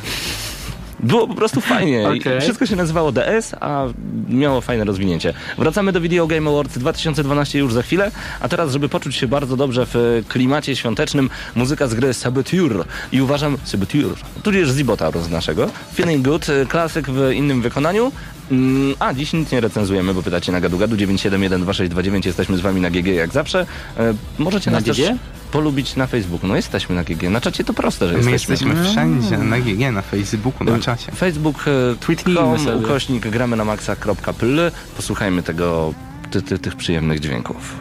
[SPEAKER 4] Było po prostu fajnie. I
[SPEAKER 6] Okej.
[SPEAKER 4] Wszystko się nazywało D S, a miało fajne rozwinięcie. Wracamy do Video Game Awards dwa tysiące dwanaście już za chwilę, a teraz, żeby poczuć się bardzo dobrze w klimacie świątecznym, muzyka z gry Saboteur. I uważam, Saboteur, tudzież Zibotaur z naszego. Feeling Good, klasyk w innym wykonaniu. Mm, A, dziś nic nie recenzujemy, bo pytacie na gadu gadu dziewięć siedem jeden dwa sześć dwa dziewięć. Jesteśmy z wami na G G jak zawsze. E, możecie
[SPEAKER 6] Na
[SPEAKER 4] nas
[SPEAKER 6] G G?
[SPEAKER 4] też polubić na Facebooku. No jesteśmy na G G. Na czacie to proste, że
[SPEAKER 5] my
[SPEAKER 4] jesteśmy.
[SPEAKER 5] jesteśmy wszędzie, na G G, na Facebooku, na czacie.
[SPEAKER 4] Facebook,
[SPEAKER 6] Tweetnijmy
[SPEAKER 4] tweetnijmy
[SPEAKER 6] sobie.
[SPEAKER 4] ukośnik gramy na maxa kropka p l. Posłuchajmy tego, ty, ty, tych przyjemnych dźwięków.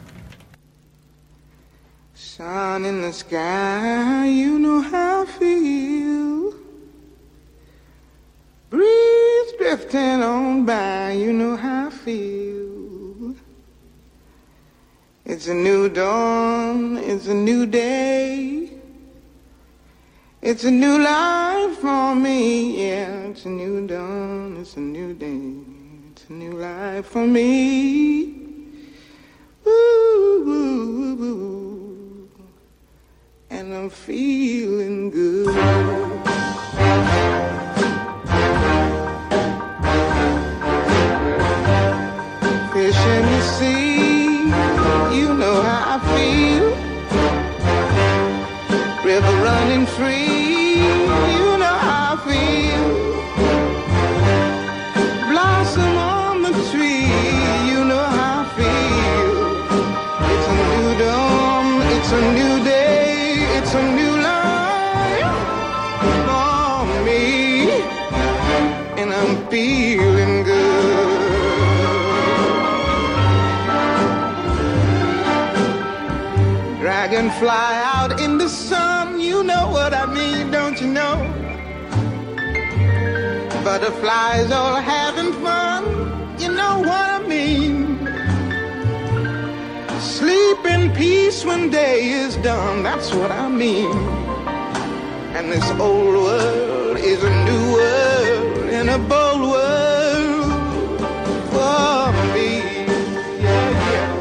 [SPEAKER 9] Sun in the sky, you know how I feel. Breeze drifting on by, you know how I feel. It's a new dawn, it's a new day. It's a new life for me, yeah. It's a new dawn, it's a new day. It's a new life for me. Ooh, ooh, ooh, ooh. And I'm feeling good. Fish in the sea, you know how I feel. River running free, you know how I feel. Blossom on the tree, you know how I feel. It's a new dawn, it's a new day, it's a new life for me, and I'm feeling good. Dragonfly out in the sun, you know what I mean, don't you know? butterflies all having fun. You know what I mean? Sleep in peace when day is done. That's what I mean. And this old world is a new world and a bold world for me. Yeah, yeah.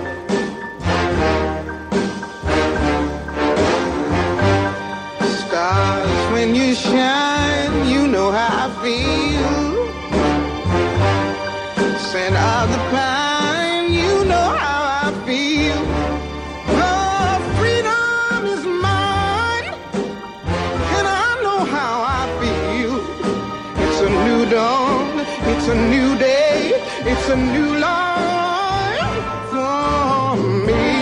[SPEAKER 9] Stars, when you shine, you know how I feel. Scent of the pine, you know how I feel. Oh, freedom is mine, and I know how I feel. It's a new dawn, it's a new day, it's a new life for me.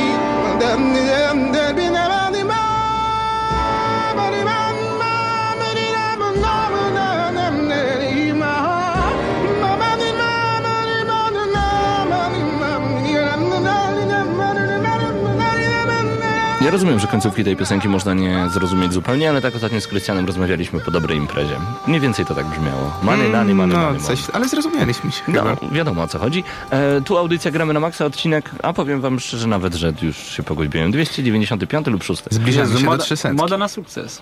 [SPEAKER 4] Ja rozumiem, że końcówki tej piosenki można nie zrozumieć zupełnie, ale tak ostatnio z Krystianem rozmawialiśmy po dobrej imprezie. Mniej więcej to tak brzmiało. Money, money, money,
[SPEAKER 5] No,
[SPEAKER 4] money,
[SPEAKER 5] coś, ale zrozumieliśmy się
[SPEAKER 4] No,
[SPEAKER 5] chyba.
[SPEAKER 4] wiadomo o co chodzi. E, tu audycja Gramy na Maxa, odcinek, a powiem wam szczerze nawet, że już się pogubiłem. dwieście dziewięćdziesiąty piąty lub szósty.
[SPEAKER 5] Zbliżamy się do
[SPEAKER 6] moda,
[SPEAKER 5] trzysetki.
[SPEAKER 6] moda na sukces.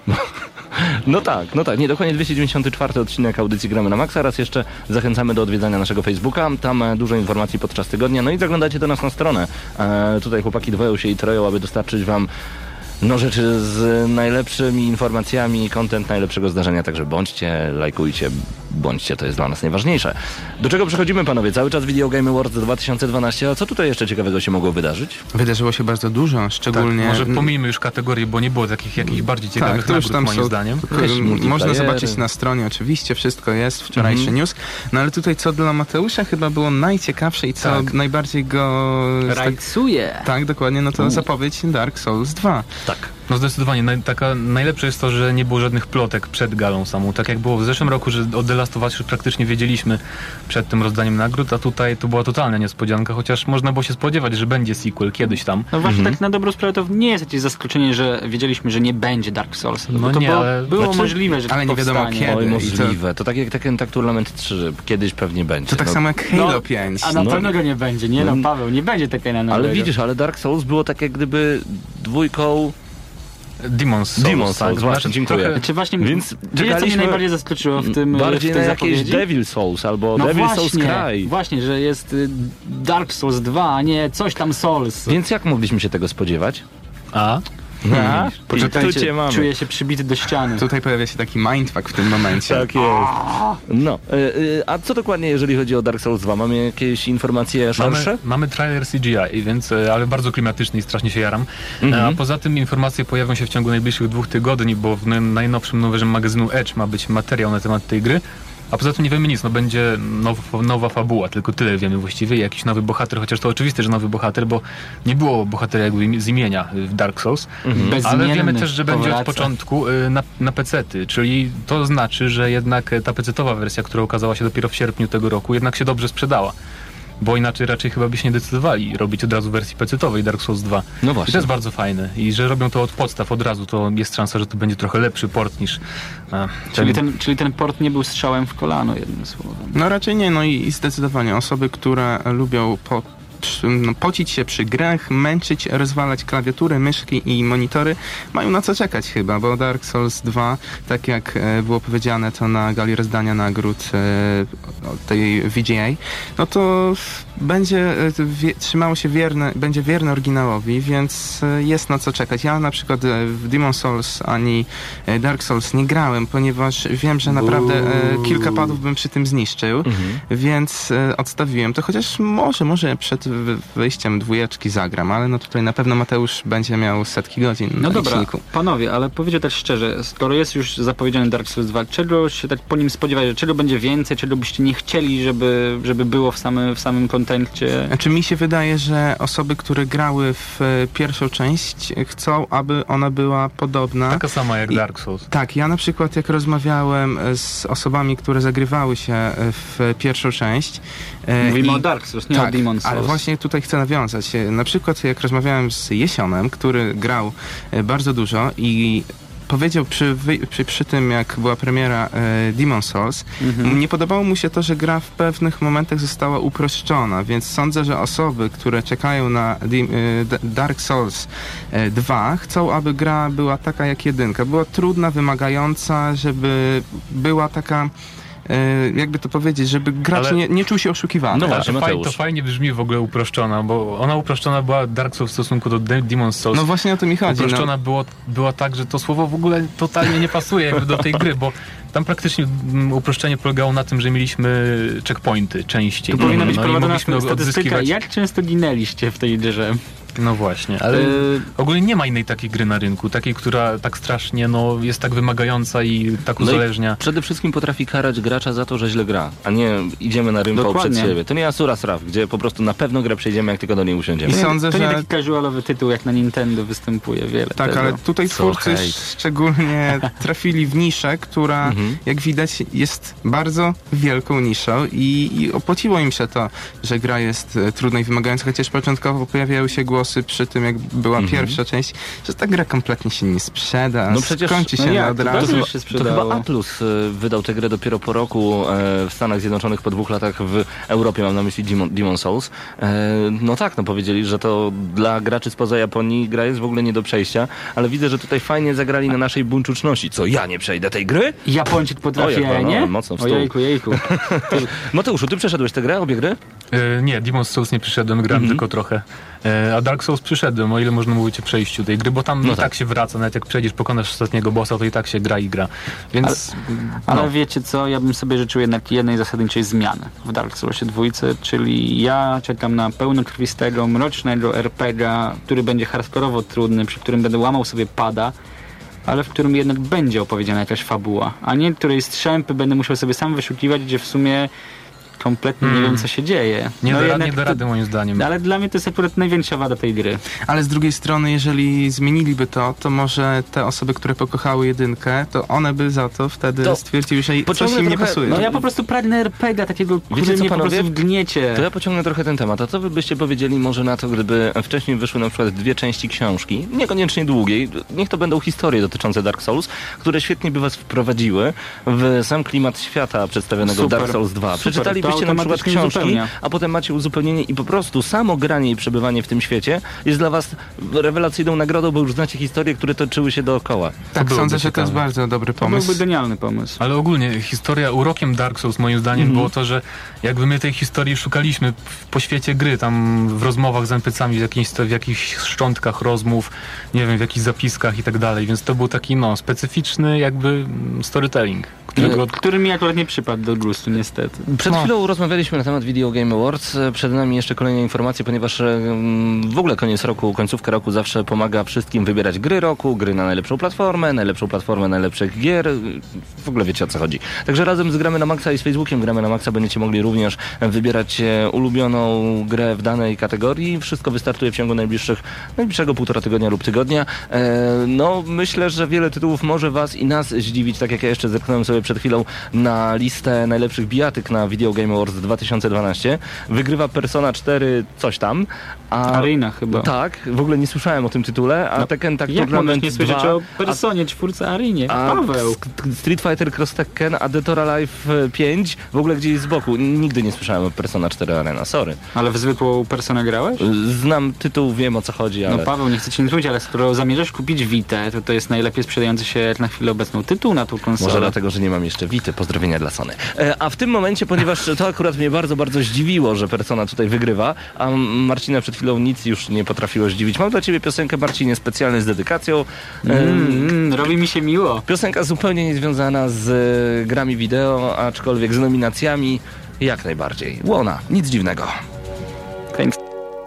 [SPEAKER 4] No tak, no tak. Nie, dokładnie dwieście dziewięćdziesiąty czwarty odcinek audycji Gramy na Maxa. Raz jeszcze zachęcamy do odwiedzania naszego Facebooka. Tam e, dużo informacji podczas tygodnia. No i zaglądajcie do nas na stronę. E, tutaj chłopaki dwoją się i troją, aby dostarczyć wam no rzeczy z najlepszymi informacjami, content najlepszego zdarzenia, także bądźcie, lajkujcie, bądźcie, to jest dla nas najważniejsze. Do czego przechodzimy, panowie? Cały czas Video Game Awards dwa tysiące dwanaście, a co tutaj jeszcze ciekawego się mogło wydarzyć?
[SPEAKER 5] Wydarzyło się bardzo dużo, szczególnie...
[SPEAKER 7] Tak, może pomijmy już kategorie, bo nie było takich jakichś bardziej ciekawych
[SPEAKER 5] tak, to już
[SPEAKER 7] nagród,
[SPEAKER 5] tam
[SPEAKER 7] moim
[SPEAKER 5] są,
[SPEAKER 7] zdaniem.
[SPEAKER 5] k-
[SPEAKER 4] Jakieś
[SPEAKER 5] Można
[SPEAKER 4] multiplayery.
[SPEAKER 5] zobaczyć na stronie, oczywiście, wszystko jest, wczorajszy
[SPEAKER 4] Mhm.
[SPEAKER 5] news. No ale tutaj co dla Mateusza chyba było najciekawsze i co
[SPEAKER 7] Tak.
[SPEAKER 5] najbardziej go... Tak,
[SPEAKER 6] Rajcuje.
[SPEAKER 5] tak, dokładnie, no to
[SPEAKER 4] U.
[SPEAKER 5] zapowiedź Dark Souls dwa.
[SPEAKER 4] Tak.
[SPEAKER 7] No zdecydowanie, naj, taka, najlepsze jest to, że nie było żadnych plotek przed galą samą. Tak jak było w zeszłym roku, że o The Last of Us już praktycznie wiedzieliśmy przed tym rozdaniem nagród, a tutaj to była totalna niespodzianka, chociaż można było się spodziewać, że będzie sequel kiedyś tam.
[SPEAKER 6] No właśnie
[SPEAKER 4] Mhm.
[SPEAKER 6] tak na dobrą sprawę to nie jest jakieś zaskoczenie, że wiedzieliśmy, że nie będzie Dark Souls.
[SPEAKER 7] No
[SPEAKER 6] Bo to
[SPEAKER 7] nie,
[SPEAKER 6] było,
[SPEAKER 7] ale-
[SPEAKER 6] było
[SPEAKER 4] Znaczy,
[SPEAKER 6] możliwe, że
[SPEAKER 5] ale
[SPEAKER 6] to
[SPEAKER 5] nie wiadomo
[SPEAKER 6] powstanie.
[SPEAKER 5] kiedy.
[SPEAKER 4] Oj,
[SPEAKER 5] i to-
[SPEAKER 4] możliwe. To tak jak Tekken Tag Tournament trzy, kiedyś pewnie będzie.
[SPEAKER 5] To tak
[SPEAKER 4] no.
[SPEAKER 5] samo jak Halo
[SPEAKER 6] No,
[SPEAKER 5] pięć.
[SPEAKER 6] A na
[SPEAKER 4] No.
[SPEAKER 6] pewno go nie będzie, nie no
[SPEAKER 4] No.
[SPEAKER 6] Paweł, nie będzie Tekkena nowego.
[SPEAKER 4] Ale widzisz, ale Dark Souls było tak jak gdyby dwójką...
[SPEAKER 7] Demon's Souls.
[SPEAKER 4] Demon's Souls, właśnie,
[SPEAKER 7] Znaczy,
[SPEAKER 4] dziękuję.
[SPEAKER 7] trochę-
[SPEAKER 6] Czy właśnie,
[SPEAKER 4] Więc
[SPEAKER 6] wiecie, co mnie
[SPEAKER 4] czekaliśmy
[SPEAKER 6] najbardziej zaskoczyło w tym
[SPEAKER 4] bardziej
[SPEAKER 6] w
[SPEAKER 4] na
[SPEAKER 6] tej
[SPEAKER 4] jakieś
[SPEAKER 6] zapowiedzi?
[SPEAKER 4] Devil Souls albo
[SPEAKER 6] No
[SPEAKER 4] Devil
[SPEAKER 6] właśnie,
[SPEAKER 4] Souls Cry.
[SPEAKER 6] właśnie, że jest y, Dark Souls dwa, a nie coś tam Souls.
[SPEAKER 4] Więc jak mogliśmy się tego spodziewać?
[SPEAKER 7] A?
[SPEAKER 4] A? I tu cię mamy.
[SPEAKER 6] Czuję się przybity do ściany.
[SPEAKER 5] Tutaj pojawia się taki mindfuck w tym momencie.
[SPEAKER 4] Tak jest. No, y, y, a co dokładnie, jeżeli chodzi o Dark Souls dwa? Mamy jakieś informacje szersze?
[SPEAKER 7] Mamy, mamy trailer C G I, więc, e, ale bardzo klimatyczny i strasznie się jaram.
[SPEAKER 4] Mhm.
[SPEAKER 7] E, A poza tym informacje pojawią się w ciągu najbliższych dwóch tygodni, bo w n- najnowszym numerze magazynu Edge ma być materiał na temat tej gry. A poza tym nie wiemy nic, no będzie now, nowa fabuła, tylko tyle wiemy właściwie, jakiś nowy bohater, chociaż to oczywiste, że nowy bohater, bo nie było bohatera jakby im- z imienia w Dark Souls,
[SPEAKER 6] Bezimienny
[SPEAKER 7] ale wiemy też, że będzie
[SPEAKER 6] powraca.
[SPEAKER 7] od początku y, na, na pecety, czyli to znaczy, że jednak ta pecetowa wersja, która ukazała się dopiero w sierpniu tego roku, jednak się dobrze sprzedała. Bo inaczej raczej chyba by się nie decydowali robić od razu wersji pecetowej Dark Souls dwa.
[SPEAKER 4] No
[SPEAKER 7] I
[SPEAKER 4] właśnie.
[SPEAKER 7] to jest bardzo fajne. I że robią to od podstaw od razu, to jest szansa, że to będzie trochę lepszy port niż... A,
[SPEAKER 6] Czyli ten, czyli ten port nie był strzałem w kolano, jednym słowem.
[SPEAKER 5] No raczej nie, no i, i zdecydowanie osoby, które lubią po, no, pocić się przy grach, męczyć, rozwalać klawiatury, myszki i monitory, mają na co czekać chyba, bo Dark Souls dwa, tak jak e, było powiedziane to na gali rozdania nagród e, o tej V G A, no to będzie e, wie, trzymało się wierne, będzie wierne oryginałowi, więc e, jest na co czekać. Ja na przykład e, w Demon's Souls ani e, Dark Souls nie grałem, ponieważ wiem, że naprawdę e, kilka padów bym przy tym zniszczył,
[SPEAKER 4] Mhm.
[SPEAKER 5] więc e, odstawiłem to, chociaż może, może przed wy- wyjściem dwójeczki zagram, ale no tutaj na pewno Mateusz będzie miał setki godzin
[SPEAKER 6] No
[SPEAKER 5] na
[SPEAKER 6] dobra,
[SPEAKER 5] liczniku.
[SPEAKER 6] panowie, ale powiedzcie też szczerze, skoro jest już zapowiedziany Dark Souls dwa, czego się tak po nim spodziewać, że czego będzie więcej, czego byście nie chcieli, żeby, żeby było w samym, w samym kontencie?
[SPEAKER 5] Znaczy mi się wydaje, że osoby, które grały w e, pierwszą część, chcą, aby ona była podobna.
[SPEAKER 7] Taka sama jak
[SPEAKER 5] I-
[SPEAKER 7] Dark Souls.
[SPEAKER 5] Tak, ja na przykład jak rozmawiałem e, z osobami, które zagrywały się e, w pierwszą część. e,
[SPEAKER 6] Mówimy
[SPEAKER 5] i-
[SPEAKER 6] o Dark Souls, nie
[SPEAKER 5] tak,
[SPEAKER 6] o Demon's Souls.
[SPEAKER 5] ale właśnie tutaj chcę nawiązać. E, Na przykład jak rozmawiałem z Jesionem, który grał e, bardzo dużo i powiedział przy, wy, przy, przy tym, jak była premiera e, Demon's Souls, mhm. nie podobało mu się to, że gra w pewnych momentach została uproszczona, więc sądzę, że osoby, które czekają na Dim, e, Dark Souls e, dwa, chcą, aby gra była taka jak jedynka. Była trudna, wymagająca, żeby była taka, jakby to powiedzieć, żeby gracz
[SPEAKER 7] Ale...
[SPEAKER 5] nie, nie czuł się oszukiwany.
[SPEAKER 7] No właśnie, to, faj, to fajnie brzmi w ogóle uproszczona, bo ona uproszczona była Dark Souls w stosunku do Demon's Souls.
[SPEAKER 5] No właśnie o to mi chodzi.
[SPEAKER 7] Uproszczona
[SPEAKER 5] no.
[SPEAKER 7] było, była tak, że to słowo w ogóle totalnie nie pasuje jakby do tej gry, bo tam praktycznie uproszczenie polegało na tym, że mieliśmy checkpointy częściej.
[SPEAKER 6] Tu powinna
[SPEAKER 7] no,
[SPEAKER 6] być
[SPEAKER 7] no
[SPEAKER 6] prowadzona statystyka,
[SPEAKER 7] odzyskiwać...
[SPEAKER 6] jak często ginęliście w tej grze?
[SPEAKER 7] No właśnie, ale
[SPEAKER 6] yy...
[SPEAKER 7] ogólnie nie ma innej takiej gry na rynku, takiej, która tak strasznie no, jest tak wymagająca i tak uzależnia.
[SPEAKER 4] No i przede wszystkim potrafi karać gracza za to, że źle gra, a nie idziemy na rynku przed siebie. To nie Asura's Wrath, gdzie po prostu na pewno grę przejdziemy, jak tylko do niej usiądziemy.
[SPEAKER 5] I sądzę,
[SPEAKER 6] to nie
[SPEAKER 5] że...
[SPEAKER 6] taki casualowy tytuł, jak na Nintendo występuje wiele.
[SPEAKER 5] Tak,
[SPEAKER 6] tego.
[SPEAKER 5] ale tutaj twórcy szczególnie trafili w niszę, która
[SPEAKER 4] mhm.
[SPEAKER 5] jak widać jest bardzo wielką niszą i, i opłaciło im się to, że gra jest trudna i wymagająca, chociaż początkowo pojawiały się głosy przy tym, jak była mhm. pierwsza część, że ta gra kompletnie się nie sprzeda,
[SPEAKER 4] no przecież,
[SPEAKER 5] skończy się
[SPEAKER 6] no jak,
[SPEAKER 5] od razu.
[SPEAKER 6] To,
[SPEAKER 4] chyba,
[SPEAKER 6] się
[SPEAKER 4] to chyba Atlus wydał tę grę dopiero po roku w Stanach Zjednoczonych, po dwóch latach w Europie, mam na myśli Demon, Demon's Souls. No tak, no powiedzieli, że to dla graczy spoza Japonii gra jest w ogóle nie do przejścia, ale widzę, że tutaj fajnie zagrali na naszej buńczuczności. Co, ja nie przejdę tej gry?
[SPEAKER 6] Japończyk potrafi,
[SPEAKER 4] o,
[SPEAKER 6] nie?
[SPEAKER 4] No, mocno w stół.
[SPEAKER 6] Ojejku, jejku.
[SPEAKER 4] Mateuszu, ty przeszedłeś tę grę, obie gry?
[SPEAKER 7] E, nie, Demon's Souls nie przyszedłem, grałem
[SPEAKER 4] mhm.
[SPEAKER 7] tylko trochę. E, a Dark Souls przyszedłem, o ile można mówić o przejściu tej gry, bo tam
[SPEAKER 4] no
[SPEAKER 7] i tak.
[SPEAKER 4] tak
[SPEAKER 7] się wraca, nawet jak przejdziesz, pokonasz ostatniego bossa, to i tak się gra i gra. Więc...
[SPEAKER 6] Ale,
[SPEAKER 7] no.
[SPEAKER 6] ale wiecie co, ja bym sobie życzył jednak jednej zasadniczej zmiany w Dark Soulsie dwójce, czyli ja czekam na pełnokrwistego, mrocznego er pe gie a, który będzie hardkorowo trudny, przy którym będę łamał sobie pada, ale w którym jednak będzie opowiedziana jakaś fabuła, a nie której strzępy będę musiał sobie sam wyszukiwać, gdzie w sumie kompletnie
[SPEAKER 7] hmm.
[SPEAKER 6] nie wiem, co się dzieje.
[SPEAKER 7] Nie,
[SPEAKER 6] no
[SPEAKER 7] da,
[SPEAKER 6] jednak
[SPEAKER 7] nie da rady,
[SPEAKER 6] to,
[SPEAKER 7] moim zdaniem.
[SPEAKER 6] Ale dla mnie to jest akurat największa wada tej gry.
[SPEAKER 5] Ale z drugiej strony, jeżeli zmieniliby to, to może te osoby, które pokochały jedynkę, to one by za to wtedy
[SPEAKER 4] to
[SPEAKER 5] stwierdziły, że coś im
[SPEAKER 4] trochę,
[SPEAKER 5] nie pasuje.
[SPEAKER 6] No ja po prostu pragnę er pe gie a takiego, który
[SPEAKER 4] Wiecie co,
[SPEAKER 6] mnie
[SPEAKER 4] panowie?
[SPEAKER 6] po prostu wgniecie.
[SPEAKER 4] To ja pociągnę trochę ten temat. A co wy byście powiedzieli może na to, gdyby wcześniej wyszły na przykład dwie części książki, niekoniecznie długiej, niech to będą historie dotyczące Dark Souls, które świetnie by was wprowadziły w sam klimat świata przedstawionego
[SPEAKER 6] Super.
[SPEAKER 4] w Dark Souls dwa.
[SPEAKER 6] Super.
[SPEAKER 4] Przeczytalibyście na przykład książki, uzupełnia. A potem macie uzupełnienie i po prostu samo granie i przebywanie w tym świecie jest dla was rewelacyjną nagrodą, bo już znacie historie, które toczyły się dookoła.
[SPEAKER 5] Tak, sądzę, że to jest bardzo dobry
[SPEAKER 6] To
[SPEAKER 5] pomysł.
[SPEAKER 6] byłby genialny pomysł.
[SPEAKER 7] Ale ogólnie historia, urokiem Dark Souls moim zdaniem mm-hmm. było to, że jakby my tej historii szukaliśmy po świecie gry, tam w rozmowach z en pe ce ami, w jakichś, w jakichś szczątkach rozmów, nie wiem, w jakichś zapiskach i tak dalej, więc to był taki no, specyficzny jakby storytelling. Którego...
[SPEAKER 6] Który mi akurat nie przypadł do gustu, niestety.
[SPEAKER 4] Przed
[SPEAKER 6] no.
[SPEAKER 4] chwilą rozmawialiśmy na temat Video Game Awards. Przed nami jeszcze kolejne informacje, ponieważ w ogóle koniec roku, końcówka roku zawsze pomaga wszystkim wybierać gry roku, gry na najlepszą platformę, najlepszą platformę najlepszych gier. W ogóle wiecie, o co chodzi. Także razem z Gramy na Maxa i z Facebookiem Gramy na Maxa będziecie mogli również wybierać ulubioną grę w danej kategorii. Wszystko wystartuje w ciągu najbliższych, najbliższego półtora tygodnia lub tygodnia. No, myślę, że wiele tytułów może was i nas zdziwić, tak jak ja jeszcze zerknąłem sobie przed chwilą na listę najlepszych bijatyk na Video Game Awards dwa tysiące dwanaście. Wygrywa Persona cztery coś tam. A...
[SPEAKER 6] Arena chyba.
[SPEAKER 4] Tak, w ogóle nie słyszałem o tym tytule, a
[SPEAKER 6] no,
[SPEAKER 4] Tekken Tag
[SPEAKER 6] jak
[SPEAKER 4] Tournament
[SPEAKER 6] nie słyszeć
[SPEAKER 4] dwa,
[SPEAKER 6] o Personie, czwórce Arenie?
[SPEAKER 4] a
[SPEAKER 6] Paweł.
[SPEAKER 4] Street Fighter Cross Tekken, a Dead or Alive pięć w ogóle gdzieś z boku. Nigdy nie słyszałem o Persona cztery Arena, sorry.
[SPEAKER 6] Ale w zwykłą Personę grałeś?
[SPEAKER 4] Znam tytuł, wiem o co chodzi, ale...
[SPEAKER 6] No Paweł, nie chcę ci nie mówić, ale skoro zamierzasz kupić Vitę, to to jest najlepiej sprzedający się jak na chwilę obecną tytuł na tą konsolę.
[SPEAKER 4] Może dlatego, że nie mam jeszcze Vity. Pozdrowienia dla Sony. E, a w tym momencie, ponieważ to akurat mnie bardzo, bardzo zdziwiło, że Persona tutaj wygrywa, a Marcina przed chwilą nic już nie potrafiło zdziwić. Mam dla ciebie piosenkę, Marcinie, specjalnie z dedykacją. E,
[SPEAKER 6] mm, mm, robi mi się miło.
[SPEAKER 4] Piosenka zupełnie niezwiązana z e, grami wideo, aczkolwiek z nominacjami jak najbardziej. Łona, nic dziwnego.
[SPEAKER 6] Thanks.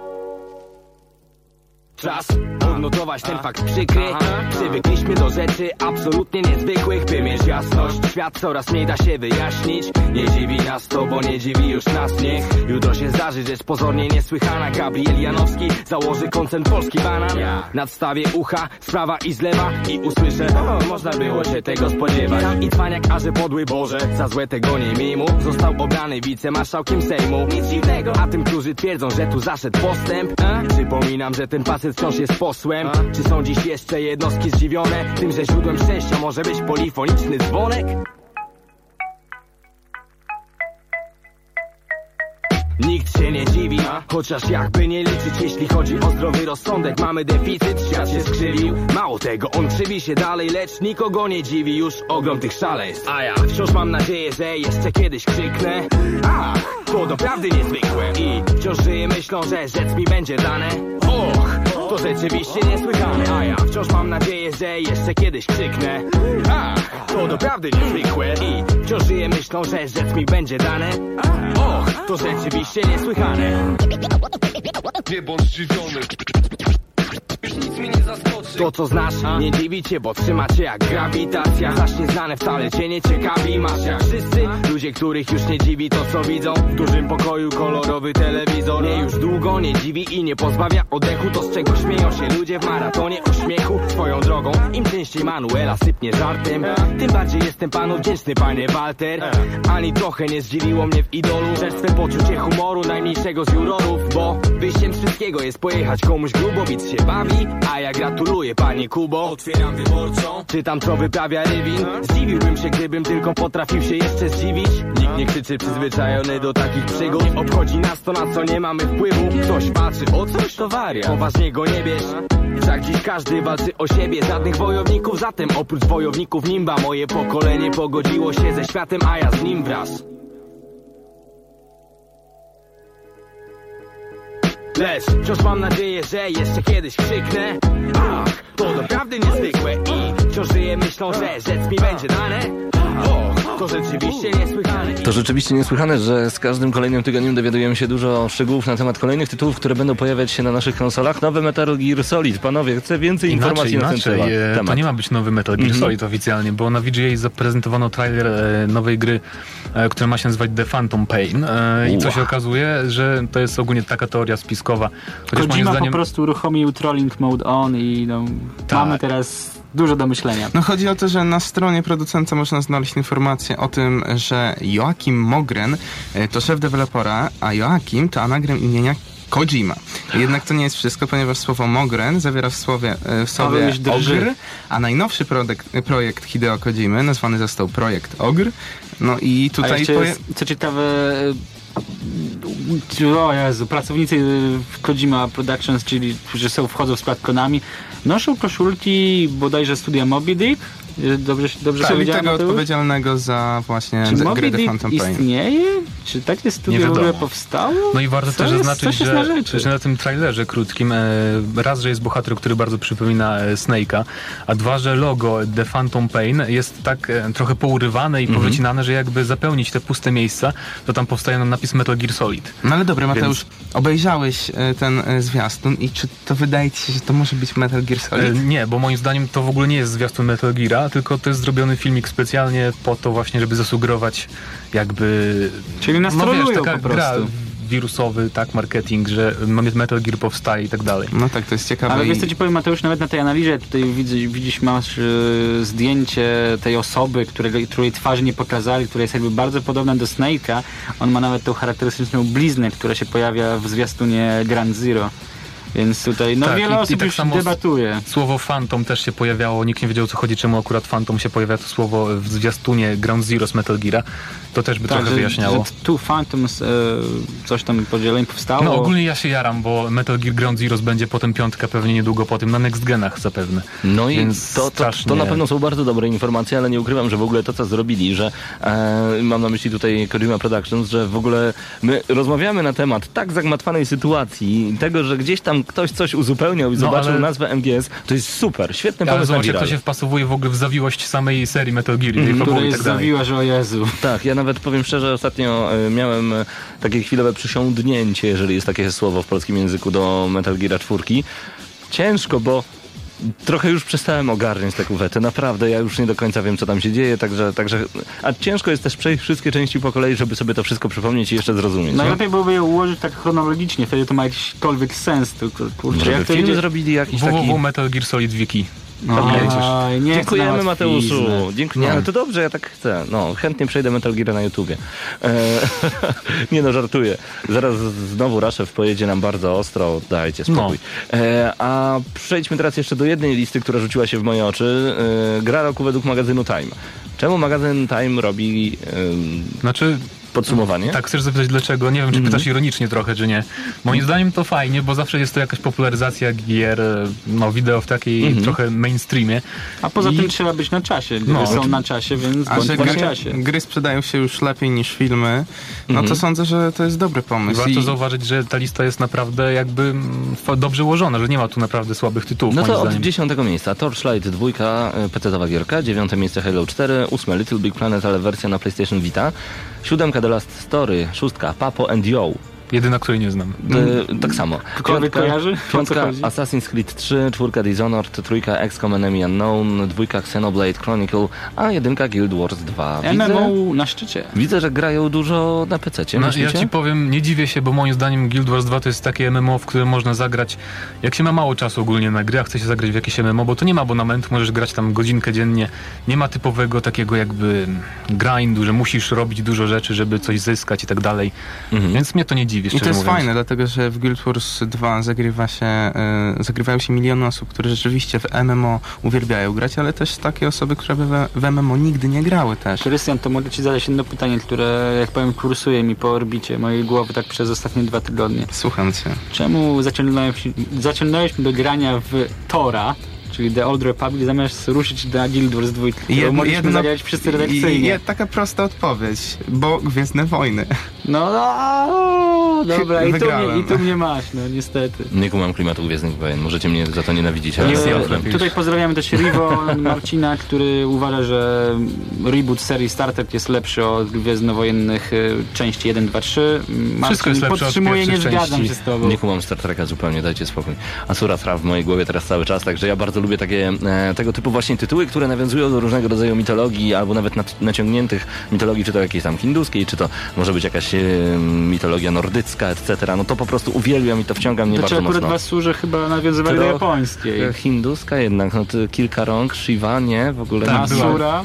[SPEAKER 10] Czas odnotować ten fakt przykry. Przywykliśmy do rzeczy absolutnie niezwykłych. By mieć jasność, świat coraz mniej da się wyjaśnić. Nie dziwi nas to, bo nie dziwi już nas niech jutro się zdarzy rzecz pozornie niesłychana. Gabriel Janowski założy koncern Polski Banan. Nadstawię ucha z prawa i z lewa i usłyszę: o, można było się tego spodziewać. I cwaniak, a że podły Boże, za złe tego nie mimu, został obrany wicemarszałkiem Sejmu. Nic dziwnego, a tym, którzy twierdzą, że tu zaszedł postęp, a? Przypominam, że ten facet facet wciąż jest posłem. Czy są dziś jeszcze jednostki zdziwione tym, że źródłem szczęścia może być polifoniczny dzwonek? Nikt się nie dziwi, chociaż jakby nie liczyć, jeśli chodzi o zdrowy rozsądek, mamy deficyt, świat się skrzywił. Mało tego, on krzywi się dalej, lecz nikogo nie dziwi już ogrom tych szaleństw. A ja wciąż mam nadzieję, że jeszcze kiedyś krzyknę: ach, to doprawdy niezwykłe. I wciąż żyję myślą, że rzec mi będzie dane. Och, to rzeczywiście niesłychane. A ja wciąż mam nadzieję, że jeszcze kiedyś krzyknę: ach, to doprawdy niezwykłe. I wciąż żyję myślą, że rzec mi będzie dane. Och, to rzeczywiście niesłychane.
[SPEAKER 3] Nie bądź zdziwiony.
[SPEAKER 10] Nic mnie nie zaskoczy. To co znasz, nie dziwi cię, bo trzyma cię jak grawitacja. Zaś nieznane wcale cię nie ciekawi. Masz jak wszyscy ludzie, których już nie dziwi to co widzą w dużym pokoju kolorowy telewizor. Nie już długo nie dziwi i nie pozbawia oddechu to, z czego śmieją się ludzie w maratonie uśmiechu. Swoją drogą, im częściej Manuela sypnie żartem, tym bardziej jestem panu wdzięczny, panie Walter. Ani trochę nie zdziwiło mnie w idolu czerstwe poczucie humoru najmniejszego z jurorów, bo wyjściem z wszystkiego jest pojechać komuś grubo, widz się bawi. A ja gratuluję, panie Kubo. Otwieram wyborczą, czytam co wyprawia Rywin. Zdziwiłbym się, gdybym tylko potrafił się jeszcze zdziwić. Nikt nie krzyczy przyzwyczajony do takich przygód. Obchodzi nas to, na co nie mamy wpływu. Ktoś patrzy, o coś to waria, poważnie go nie bierz. Wszak dziś każdy walczy o siebie, żadnych wojowników. Zatem oprócz wojowników Nimba moje pokolenie pogodziło się ze światem, a ja z nim wraz. Lecz wciąż mam nadzieję, że jeszcze kiedyś krzyknę: ach, to doprawdy niezwykłe. I wciąż żyję myślą, że rzec mi będzie dane. Och, to rzeczywiście niesłychane.
[SPEAKER 4] To rzeczywiście niesłychane, że z każdym kolejnym tygodniem dowiadujemy się dużo szczegółów na temat kolejnych tytułów, które będą pojawiać się na naszych konsolach. Nowy Metal Gear Solid. Panowie, chcę więcej
[SPEAKER 7] Inaczej,
[SPEAKER 4] informacji
[SPEAKER 7] inaczej.
[SPEAKER 4] na ten
[SPEAKER 7] E,
[SPEAKER 4] temat.
[SPEAKER 7] To nie ma być nowy Metal Gear
[SPEAKER 4] Mhm.
[SPEAKER 7] Solid oficjalnie, bo na V G A zaprezentowano trailer e, nowej gry, e, która ma się nazywać The Phantom Pain. E, I co
[SPEAKER 4] Ua.
[SPEAKER 7] się okazuje, że to jest ogólnie taka teoria spiskowa. Chociaż moim
[SPEAKER 6] Kojima
[SPEAKER 7] zdaniem...
[SPEAKER 6] po prostu uruchomił trolling mode on i no,
[SPEAKER 7] Tak.
[SPEAKER 6] mamy teraz dużo do myślenia.
[SPEAKER 5] No chodzi o to, że na stronie producenta można znaleźć informację o tym, że Joachim Mogren e, to szef dewelopera, a Joachim to anagram imienia Kojima. Jednak to nie jest wszystko, ponieważ słowo Mogren zawiera w słowie, e, w sobie
[SPEAKER 6] już drży.
[SPEAKER 5] ogr, a najnowszy projekt, projekt Hideo Kojimy nazwany został Projekt Ogr. No i
[SPEAKER 6] A
[SPEAKER 5] tutaj...
[SPEAKER 6] jeszcze
[SPEAKER 5] poje-
[SPEAKER 6] jest, co ciekawe, o Jezu, pracownicy Kojima Productions, czyli którzy są, wchodzą w skład Konami, noszą koszulki bodajże studia Moby Dick. Dobrze, dobrze
[SPEAKER 5] Czyli
[SPEAKER 6] powiedziałem,
[SPEAKER 5] tego
[SPEAKER 6] Mateusz?
[SPEAKER 5] odpowiedzialnego za właśnie
[SPEAKER 6] Czy
[SPEAKER 5] grę
[SPEAKER 6] Moby
[SPEAKER 5] The
[SPEAKER 6] Dick
[SPEAKER 5] Phantom Pain.
[SPEAKER 6] istnieje? Czy takie studio
[SPEAKER 7] Nie
[SPEAKER 6] w ogóle
[SPEAKER 7] wiadomo.
[SPEAKER 6] powstało?
[SPEAKER 7] No i warto
[SPEAKER 6] Co
[SPEAKER 7] też
[SPEAKER 6] jest-
[SPEAKER 7] zaznaczyć,
[SPEAKER 6] coś jest na
[SPEAKER 7] że,
[SPEAKER 6] rzeczy.
[SPEAKER 7] że na tym trailerze krótkim e, raz, że jest bohater, który bardzo przypomina e, Snake'a, a dwa, że logo The Phantom Pain jest tak e, trochę pourywane i
[SPEAKER 5] Mhm.
[SPEAKER 7] powycinane, że jakby zapełnić te puste miejsca, to tam powstaje nam napis Metal Gear Solid.
[SPEAKER 5] No ale dobra, Mateusz,
[SPEAKER 7] Więc-
[SPEAKER 5] obejrzałeś e, ten e, zwiastun i czy to wydaje ci się, że to może być Metal Gear
[SPEAKER 7] E,
[SPEAKER 5] Solid?
[SPEAKER 7] nie, bo moim zdaniem to w ogóle nie jest zwiastun Metal Geara, tylko to jest zrobiony filmik specjalnie po to właśnie, żeby zasugerować jakby...
[SPEAKER 6] Czyli nas
[SPEAKER 7] no wiesz,
[SPEAKER 6] trollują
[SPEAKER 7] taka
[SPEAKER 6] po
[SPEAKER 7] gra
[SPEAKER 6] prostu.
[SPEAKER 7] wirusowy, tak, marketing, że Metal Gear powstaje i tak dalej.
[SPEAKER 5] No tak, to jest ciekawe.
[SPEAKER 6] Ale
[SPEAKER 5] i-
[SPEAKER 6] wiesz co ci powiem, Mateusz, nawet na tej analizie tutaj widzę, widzisz, masz y, zdjęcie tej osoby, którego, której twarzy nie pokazali, która jest jakby bardzo podobna do Snake'a. On ma nawet tą charakterystyczną bliznę, która się pojawia w zwiastunie Ground Zero. Więc tutaj, no
[SPEAKER 7] Tak,
[SPEAKER 6] wiele
[SPEAKER 7] i- i
[SPEAKER 6] osób
[SPEAKER 7] tak
[SPEAKER 6] już
[SPEAKER 7] samo s-
[SPEAKER 6] debatuje.
[SPEAKER 7] Słowo Phantom też się pojawiało, nikt nie wiedział o co chodzi, czemu akurat Phantom się pojawia to słowo w zwiastunie Ground Zero z Metal Geara. To też by
[SPEAKER 6] Tak,
[SPEAKER 7] trochę
[SPEAKER 6] że,
[SPEAKER 7] wyjaśniało.
[SPEAKER 6] że tu Phantoms, e, coś tam podzieleń powstało.
[SPEAKER 7] No ogólnie ja się jaram, bo Metal Gear Ground Zeroes będzie potem piątka pewnie niedługo po tym, na Next Genach zapewne.
[SPEAKER 4] No i
[SPEAKER 7] Więc
[SPEAKER 4] to, to,
[SPEAKER 7] strasznie-
[SPEAKER 4] to na pewno są bardzo dobre informacje, ale nie ukrywam, że w ogóle to, co zrobili, że e, mam na myśli tutaj Kojima Productions, że w ogóle my rozmawiamy na temat tak zagmatwanej sytuacji, tego, że gdzieś tam ktoś coś uzupełniał i
[SPEAKER 7] No,
[SPEAKER 4] zobaczył
[SPEAKER 7] ale-
[SPEAKER 4] nazwę M G S, to jest super, świetny
[SPEAKER 7] Ale
[SPEAKER 4] pomysł na
[SPEAKER 7] zobacz, jak to
[SPEAKER 4] viral.
[SPEAKER 7] się wpasowuje w ogóle w zawiłość samej serii Metal Gear,
[SPEAKER 4] Mhm.
[SPEAKER 7] tej fabuły
[SPEAKER 6] Który
[SPEAKER 7] i
[SPEAKER 6] jest
[SPEAKER 7] tak dalej.
[SPEAKER 6] zawiła, że o Jezu.
[SPEAKER 4] Tak, ja nawet powiem szczerze, ostatnio e, miałem e, takie chwilowe przysiągnięcie, jeżeli jest takie słowo w polskim języku, do Metal Geara czwórki. Ciężko, bo trochę już przestałem ogarniać te kuwety, naprawdę, ja już nie do końca wiem, co tam się dzieje, także, także a ciężko jest też przejść wszystkie części po kolei, żeby sobie to wszystko przypomnieć i jeszcze zrozumieć. No,
[SPEAKER 6] Najlepiej byłoby je ułożyć tak chronologicznie, wtedy to ma jakiśkolwiek sens. Tylko, kurczę,
[SPEAKER 4] żeby
[SPEAKER 6] jak to
[SPEAKER 4] film
[SPEAKER 6] idzie...
[SPEAKER 4] zrobili jakiś taki...
[SPEAKER 7] www Metal Gear Solid Wiki.
[SPEAKER 6] Oj, nie
[SPEAKER 4] Dziękujemy,
[SPEAKER 6] chcę na
[SPEAKER 4] Mateuszu.
[SPEAKER 6] łatwiznę.
[SPEAKER 4] Dziękuję. Nie, ale to dobrze, ja tak chcę. No, chętnie przejdę Metal Gear na YouTubie. E, nie no, żartuję. Zaraz znowu Raszew pojedzie nam bardzo ostro. Dajcie spokój. No. E, a przejdźmy teraz jeszcze do jednej listy, która rzuciła się w moje oczy. E, gra roku według magazynu Time. Czemu magazyn Time robi e,
[SPEAKER 7] Znaczy...
[SPEAKER 4] podsumowanie?
[SPEAKER 7] Tak, chcesz zapytać dlaczego? Nie wiem, czy
[SPEAKER 4] Mhm.
[SPEAKER 7] pytasz ironicznie trochę, czy nie. Moim zdaniem to fajnie, bo zawsze jest to jakaś popularyzacja gier, no wideo w takiej
[SPEAKER 4] Mhm.
[SPEAKER 7] trochę mainstreamie.
[SPEAKER 6] A poza
[SPEAKER 7] I-
[SPEAKER 6] tym trzeba być na czasie. Gry
[SPEAKER 7] No,
[SPEAKER 6] są
[SPEAKER 7] czy-
[SPEAKER 6] na czasie, więc
[SPEAKER 5] A że
[SPEAKER 6] bądź na
[SPEAKER 5] gry,
[SPEAKER 6] czasie.
[SPEAKER 5] gry sprzedają się już lepiej niż filmy, no to
[SPEAKER 4] Mhm.
[SPEAKER 5] sądzę, że to jest dobry pomysł.
[SPEAKER 7] Warto
[SPEAKER 5] I
[SPEAKER 7] zauważyć, że ta lista jest naprawdę jakby mm, fa- dobrze ułożona, że nie ma tu naprawdę słabych tytułów,
[SPEAKER 4] No
[SPEAKER 7] moim
[SPEAKER 4] to od
[SPEAKER 7] zdaniem.
[SPEAKER 4] dziesiątego miejsca Torchlight dwa, pecetowa gierka, dziewiąte miejsce Halo cztery, ósme Little Big Planet, ale wersja na PlayStation Vita, siódemka The Last Story, szóstka Papo and Yo.
[SPEAKER 7] Jedyna, której nie znam.
[SPEAKER 4] E, tak samo.
[SPEAKER 6] Ktokolwiek kojarzy? O co
[SPEAKER 4] Piątka
[SPEAKER 6] chodzi?
[SPEAKER 4] Assassin's Creed trzy, czwórka Dishonored, trójka X COM Enemy Unknown, dwójka Xenoblade Chronicle, a jedynka Guild Wars dwa.
[SPEAKER 6] M M O
[SPEAKER 4] Widzę,
[SPEAKER 6] na szczycie.
[SPEAKER 4] widzę, że grają dużo na pececie,
[SPEAKER 7] No, ja
[SPEAKER 4] myślicie?
[SPEAKER 7] ci powiem, nie dziwię się, bo moim zdaniem Guild Wars dwa to jest takie M M O, w którym można zagrać, jak się ma mało czasu ogólnie na gry, a chce się zagrać w jakieś M M O, bo to nie ma abonamentu, możesz grać tam godzinkę dziennie, nie ma typowego takiego jakby grindu, że musisz robić dużo rzeczy, żeby coś zyskać i tak dalej,
[SPEAKER 4] Mhm.
[SPEAKER 7] więc mnie to nie dziwi,
[SPEAKER 5] I
[SPEAKER 7] szczerze
[SPEAKER 5] to jest
[SPEAKER 7] mówiąc.
[SPEAKER 5] fajne, dlatego że w Guild Wars dwa zagrywa się, e, zagrywają się miliony osób, które rzeczywiście w M M O uwielbiają grać, ale też takie osoby, które w, w M M O nigdy nie grały też.
[SPEAKER 6] Krystian, to mogę ci zadać jedno pytanie, które, jak powiem, kursuje mi po orbicie mojej głowy tak przez ostatnie dwa tygodnie.
[SPEAKER 5] Słucham cię.
[SPEAKER 6] Czemu zaciągnąłeś, zaciągnąłeś mnie do grania w Tora, czyli The Old Republic, zamiast ruszyć na Guild Wars dwa, którą mogliśmy zagrać wszyscy redakcyjnie?
[SPEAKER 5] i- i- taka prosta odpowiedź, bo Gwiezdne Wojny.
[SPEAKER 6] No, no dobra, i tu,
[SPEAKER 5] Wygrałem.
[SPEAKER 6] mnie, i tu mnie masz, no niestety.
[SPEAKER 4] Nie kumam klimatu Gwiezdnych Wojen, możecie mnie za to nienawidzić, ale
[SPEAKER 6] Nie,
[SPEAKER 4] ja
[SPEAKER 7] lepiej.
[SPEAKER 6] tutaj pozdrawiamy też Rivo Marcina, który uważa, że reboot serii Star Trek jest lepszy od Gwiezdnowojennych y, części jeden, dwa, trzy. Marcin
[SPEAKER 7] jest lepsze od
[SPEAKER 6] podtrzymuje, nie
[SPEAKER 7] pierwszych
[SPEAKER 6] zgadzam
[SPEAKER 7] części.
[SPEAKER 6] się z tobą.
[SPEAKER 4] Nie kumam Star Treka zupełnie, dajcie spokój. Asura Thra w mojej głowie teraz cały czas, także ja bardzo lubię takie e, tego typu właśnie tytuły, które nawiązują do różnego rodzaju mitologii, albo nawet nac- naciągniętych mitologii, czy to jakiejś tam hinduskiej, czy to może być jakaś e, mitologia nordycka, et cetera. No to po prostu uwielbiam i to wciąga mnie
[SPEAKER 6] To ci
[SPEAKER 4] bardzo
[SPEAKER 6] akurat
[SPEAKER 4] mocno.
[SPEAKER 6] was służy chyba nawiązywali do
[SPEAKER 4] Trochę-
[SPEAKER 6] japońskiej.
[SPEAKER 4] E, Hinduska jednak, no to kilka rąk, Shiva, nie? W ogóle
[SPEAKER 7] Tak,
[SPEAKER 4] nie.
[SPEAKER 7] była.
[SPEAKER 6] Asura.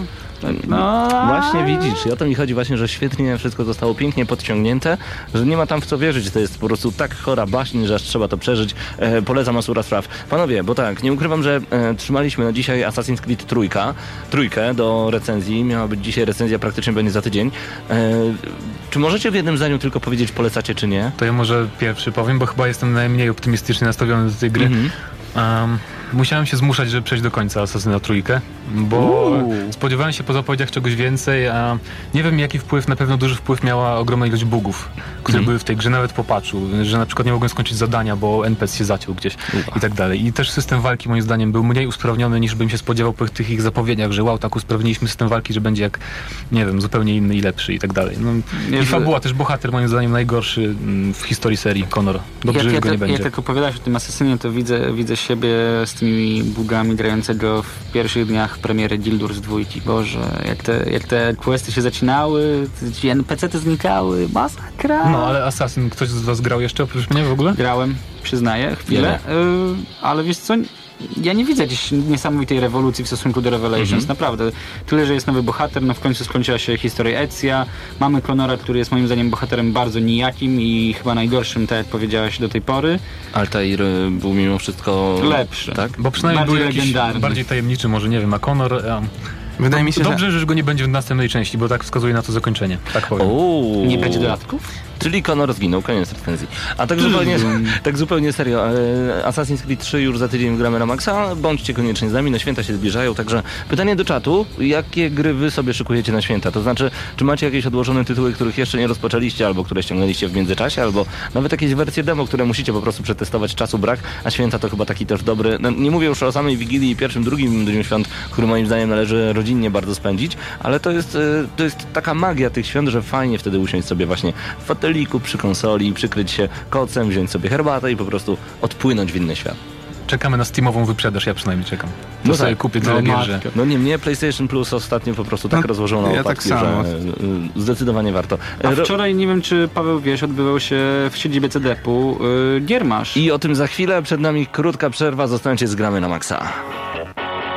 [SPEAKER 6] No,
[SPEAKER 4] Właśnie widzisz, i o to mi chodzi właśnie, że świetnie wszystko zostało pięknie podciągnięte, że nie ma tam w co wierzyć, to jest po prostu tak chora baśń, że aż trzeba to przeżyć. E, polecam Asura Thrav. Panowie, bo tak, nie ukrywam, że e, trzymaliśmy na dzisiaj Assassin's Creed trójka, trójkę do recenzji, miała być dzisiaj recenzja, praktycznie będzie za tydzień. E, czy możecie w jednym zdaniu tylko powiedzieć, polecacie czy nie?
[SPEAKER 7] To ja może pierwszy powiem, bo chyba jestem najmniej optymistycznie nastawiony do tej gry.
[SPEAKER 4] Mhm.
[SPEAKER 7] Um, musiałem się zmuszać, żeby przejść do końca Asasyna trójkę, bo
[SPEAKER 4] Uuu.
[SPEAKER 7] spodziewałem się po zapowiedziach czegoś więcej, a nie wiem jaki wpływ, na pewno duży wpływ miała ogromna ilość bugów, które
[SPEAKER 4] Mhm.
[SPEAKER 7] były w tej grze nawet po patchu, że na przykład nie mogłem skończyć zadania, bo N P C się zaciął gdzieś
[SPEAKER 4] Uwa.
[SPEAKER 7] i tak dalej. I też system walki moim zdaniem był mniej usprawniony niż bym się spodziewał po tych ich zapowiedziach, że wow, tak usprawniliśmy system walki, że będzie jak, nie wiem, zupełnie inny i lepszy i tak dalej. No,
[SPEAKER 6] Nie,
[SPEAKER 7] I
[SPEAKER 6] że-
[SPEAKER 7] fabuła, też bohater moim zdaniem najgorszy mm, w historii serii, Connor. Dobrze,
[SPEAKER 6] jak,
[SPEAKER 7] że
[SPEAKER 6] ja,
[SPEAKER 7] go nie
[SPEAKER 6] jak,
[SPEAKER 7] będzie.
[SPEAKER 6] jak tak opowiadasz o tym Asasynie, to widzę, widzę siebie z tymi bugami grającego w pierwszych dniach premiery Guild Wars dwa. Boże, jak te, jak te questy się zacinały, ci N P C-ty znikały, masakra.
[SPEAKER 7] No, ale Assassin, ktoś z was grał jeszcze oprócz mnie w ogóle?
[SPEAKER 6] Grałem, przyznaję, chwilę,
[SPEAKER 4] Nie.
[SPEAKER 6] y, ale wiesz co, ja nie widzę gdzieś niesamowitej rewolucji w stosunku do Revelations,
[SPEAKER 4] Mhm.
[SPEAKER 6] naprawdę. Tyle, że jest nowy bohater, no w końcu skończyła się historia Ezia, mamy Connora, który jest moim zdaniem bohaterem bardzo nijakim i chyba najgorszym, tak jak powiedziałaś, do tej pory.
[SPEAKER 4] Altair y, był mimo wszystko
[SPEAKER 6] Lepszy.
[SPEAKER 4] Tak?
[SPEAKER 7] Bo przynajmniej
[SPEAKER 6] Bardziej
[SPEAKER 7] był jakiś
[SPEAKER 6] legendarny.
[SPEAKER 7] bardziej tajemniczy, może nie wiem, a Connor... Um,
[SPEAKER 5] Wydaje mi się, że...
[SPEAKER 7] dobrze, że go nie będzie w następnej części, bo tak wskazuje na to zakończenie. Tak powiem.
[SPEAKER 4] Uuu.
[SPEAKER 6] Nie będzie dodatków?
[SPEAKER 4] Czyli Connor zginął, koniec recenzji. A tak zupełnie, tak zupełnie serio, e, Assassin's Creed trzy już za tydzień gramy na maksa, bądźcie koniecznie z nami, na święta się zbliżają, także pytanie do czatu, jakie gry wy sobie szykujecie na święta? To znaczy, czy macie jakieś odłożone tytuły, których jeszcze nie rozpoczęliście, albo które ściągnęliście w międzyczasie, albo nawet jakieś wersje demo, które musicie po prostu przetestować, czasu brak, a święta to chyba taki też dobry, no, nie mówię już o samej Wigilii i pierwszym, drugim dniu świąt, który moim zdaniem należy rodzinnie bardzo spędzić, ale to jest, e, to jest taka magia tych świąt, że fajnie wtedy usiąść sobie właśnie w foteliku, przy konsoli, przykryć się kocem, wziąć sobie herbatę i po prostu odpłynąć w inny świat.
[SPEAKER 7] Czekamy na Steamową wyprzedaż, ja przynajmniej czekam. To
[SPEAKER 4] No
[SPEAKER 7] sobie
[SPEAKER 4] tak.
[SPEAKER 7] kupię tyle
[SPEAKER 6] No,
[SPEAKER 7] gier,
[SPEAKER 6] matko.
[SPEAKER 7] że...
[SPEAKER 4] No nie, mnie PlayStation Plus ostatnio po prostu tak
[SPEAKER 5] No,
[SPEAKER 4] rozłożono
[SPEAKER 5] ja
[SPEAKER 4] łopatki,
[SPEAKER 5] tak samo.
[SPEAKER 4] że y, zdecydowanie warto.
[SPEAKER 6] A
[SPEAKER 4] Ro-
[SPEAKER 6] wczoraj, nie wiem czy Paweł wiesz, odbywał się w siedzibie C D P-u yy, Giermasz.
[SPEAKER 4] I o tym za chwilę, przed nami krótka przerwa, zostańcie z Gramy na Maxa.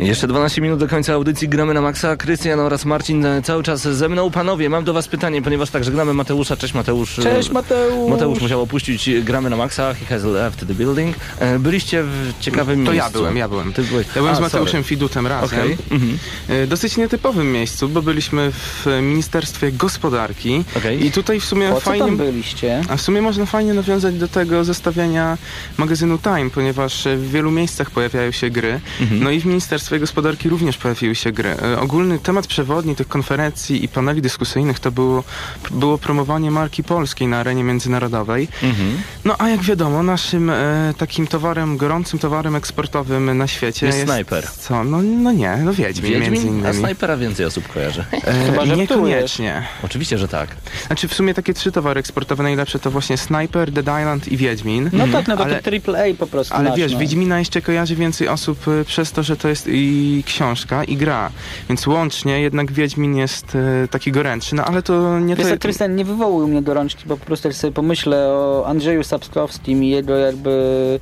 [SPEAKER 4] Jeszcze dwanaście minut do końca audycji Gramy na Maxa. Krystian oraz Marcin cały czas ze mną. Panowie, mam do was pytanie, ponieważ tak żegnamy Mateusza. Cześć Mateusz.
[SPEAKER 6] Cześć Mateusz.
[SPEAKER 4] Mateusz musiał opuścić Gramy na Maxa. He has left the building. Byliście w ciekawym
[SPEAKER 5] to
[SPEAKER 4] miejscu.
[SPEAKER 5] To ja byłem, ja byłem.
[SPEAKER 4] Ty byłeś...
[SPEAKER 5] Ja byłem
[SPEAKER 4] A,
[SPEAKER 5] z Mateuszem
[SPEAKER 4] sorry.
[SPEAKER 5] Fidutem razem.
[SPEAKER 4] Okay. Mhm.
[SPEAKER 5] Dosyć nietypowym miejscu, bo byliśmy w Ministerstwie Gospodarki.
[SPEAKER 4] Okay.
[SPEAKER 5] I tutaj w sumie
[SPEAKER 6] po
[SPEAKER 5] fajnie...
[SPEAKER 6] co tam byliście?
[SPEAKER 5] A w sumie można fajnie nawiązać do tego zestawienia magazynu Time, ponieważ w wielu miejscach pojawiają się gry. Mhm. No i w Ministerstwie Gospodarki również pojawiły się gry. Ogólny temat przewodni tych konferencji i paneli dyskusyjnych to było, było promowanie marki polskiej na arenie międzynarodowej. Mhm. No a jak wiadomo, naszym e, takim towarem, gorącym towarem eksportowym na świecie
[SPEAKER 4] jest,
[SPEAKER 5] jest
[SPEAKER 4] snajper.
[SPEAKER 5] Co? No, no nie, no Wiedźmin,
[SPEAKER 4] Wiedźmin?
[SPEAKER 5] między innymi.
[SPEAKER 4] A snajpera więcej osób kojarzy.
[SPEAKER 5] E,
[SPEAKER 6] Chyba
[SPEAKER 5] niekoniecznie.
[SPEAKER 4] Oczywiście, że tak.
[SPEAKER 5] Znaczy w sumie takie trzy towary eksportowe najlepsze to właśnie Sniper, Dead Island i Wiedźmin.
[SPEAKER 6] No tak, no to
[SPEAKER 5] ale,
[SPEAKER 6] triple A po prostu.
[SPEAKER 5] Ale
[SPEAKER 6] nasz,
[SPEAKER 5] wiesz,
[SPEAKER 6] no.
[SPEAKER 5] Wiedźmina jeszcze kojarzy więcej osób y, przez to, że to jest i książka, i gra. Więc łącznie jednak Wiedźmin jest y, taki gorętszy, no ale to nie
[SPEAKER 6] Wiesz,
[SPEAKER 5] to...
[SPEAKER 6] co, Krystian, nie wywołuj mnie gorączki, bo po prostu jak sobie pomyślę o Andrzeju Sapkowskim i jego jakby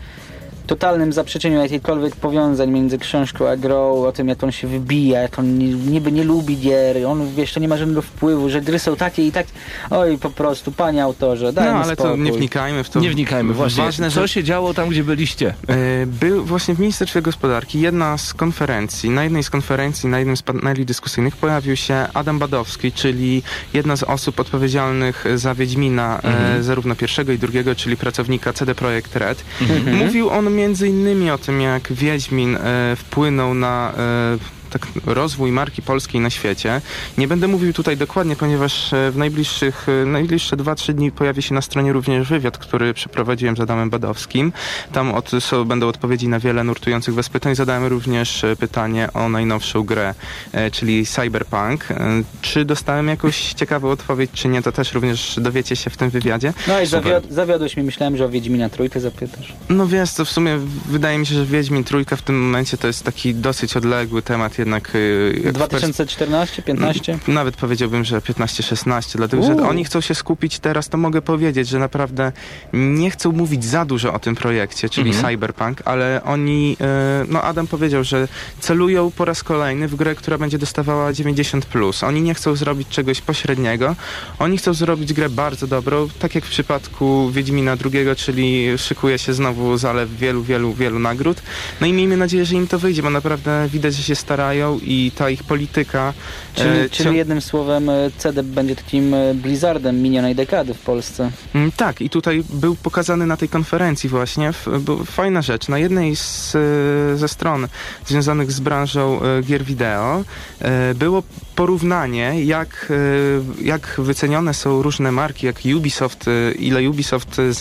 [SPEAKER 6] totalnym zaprzeczeniu jakichkolwiek powiązań między książką a grą, o tym jak on się wybija, jak on niby nie lubi gier, on wiesz, to nie ma żadnego wpływu, że gry są takie i tak, oj po prostu, panie autorze, daj
[SPEAKER 5] No
[SPEAKER 6] mi
[SPEAKER 5] ale
[SPEAKER 6] spokój.
[SPEAKER 5] to nie wnikajmy w to.
[SPEAKER 4] Nie wnikajmy, właśnie.
[SPEAKER 5] Ważne,
[SPEAKER 4] Co
[SPEAKER 5] że...
[SPEAKER 4] się działo tam, gdzie byliście?
[SPEAKER 5] Yy, był właśnie w Ministerstwie Gospodarki jedna z konferencji, na jednej z konferencji, na jednym z paneli dyskusyjnych pojawił się Adam Badowski, czyli jedna z osób odpowiedzialnych za Wiedźmina, mhm. e, zarówno pierwszego i drugiego, czyli pracownika C D Projekt Red. Mhm. Mówił on między innymi o tym, jak Wiedźmin e, wpłynął na e, tak, rozwój marki polskiej na świecie. Nie będę mówił tutaj dokładnie, ponieważ w najbliższych, najbliższe dwa trzy dni pojawi się na stronie również wywiad, który przeprowadziłem z Adamem Badowskim. Tam od, są, będą odpowiedzi na wiele nurtujących was pytań. Zadałem również pytanie o najnowszą grę, e, czyli Cyberpunk. E, czy dostałem jakąś ciekawą odpowiedź, czy nie, to też również dowiecie się w tym wywiadzie.
[SPEAKER 6] No i zawiod, zawiodłeś mnie, myślałem, że o Wiedźmina trójkę zapytasz.
[SPEAKER 5] No wiesz co, w sumie wydaje mi się, że Wiedźmin trójka w tym momencie to jest taki dosyć odległy temat, jednak... Jak
[SPEAKER 6] dwa tysiące czternaście piętnaście?
[SPEAKER 5] Nawet powiedziałbym, że piętnaście szesnaście, dlatego, że
[SPEAKER 6] Uuu.
[SPEAKER 5] oni chcą się skupić teraz, to mogę powiedzieć, że naprawdę nie chcą mówić za dużo o tym projekcie, czyli mhm. Cyberpunk, ale oni, no Adam powiedział, że celują po raz kolejny w grę, która będzie dostawała dziewięćdziesiąt plus. Oni nie chcą zrobić czegoś pośredniego, oni chcą zrobić grę bardzo dobrą, tak jak w przypadku Wiedźmina drugiego, czyli szykuje się znowu zalew wielu, wielu, wielu nagród. No i miejmy nadzieję, że im to wyjdzie, bo naprawdę widać, że się starają i ta ich polityka...
[SPEAKER 6] Czyli,
[SPEAKER 5] e,
[SPEAKER 6] czyli
[SPEAKER 5] cią...
[SPEAKER 6] jednym słowem C D będzie takim Blizzardem minionej dekady w Polsce.
[SPEAKER 5] Mm, tak, i tutaj był pokazany na tej konferencji właśnie f, b, fajna rzecz. Na jednej z, ze stron związanych z branżą e, gier wideo e, było porównanie, jak, e, jak wycenione są różne marki, jak Ubisoft, e, ile Ubisoft, e,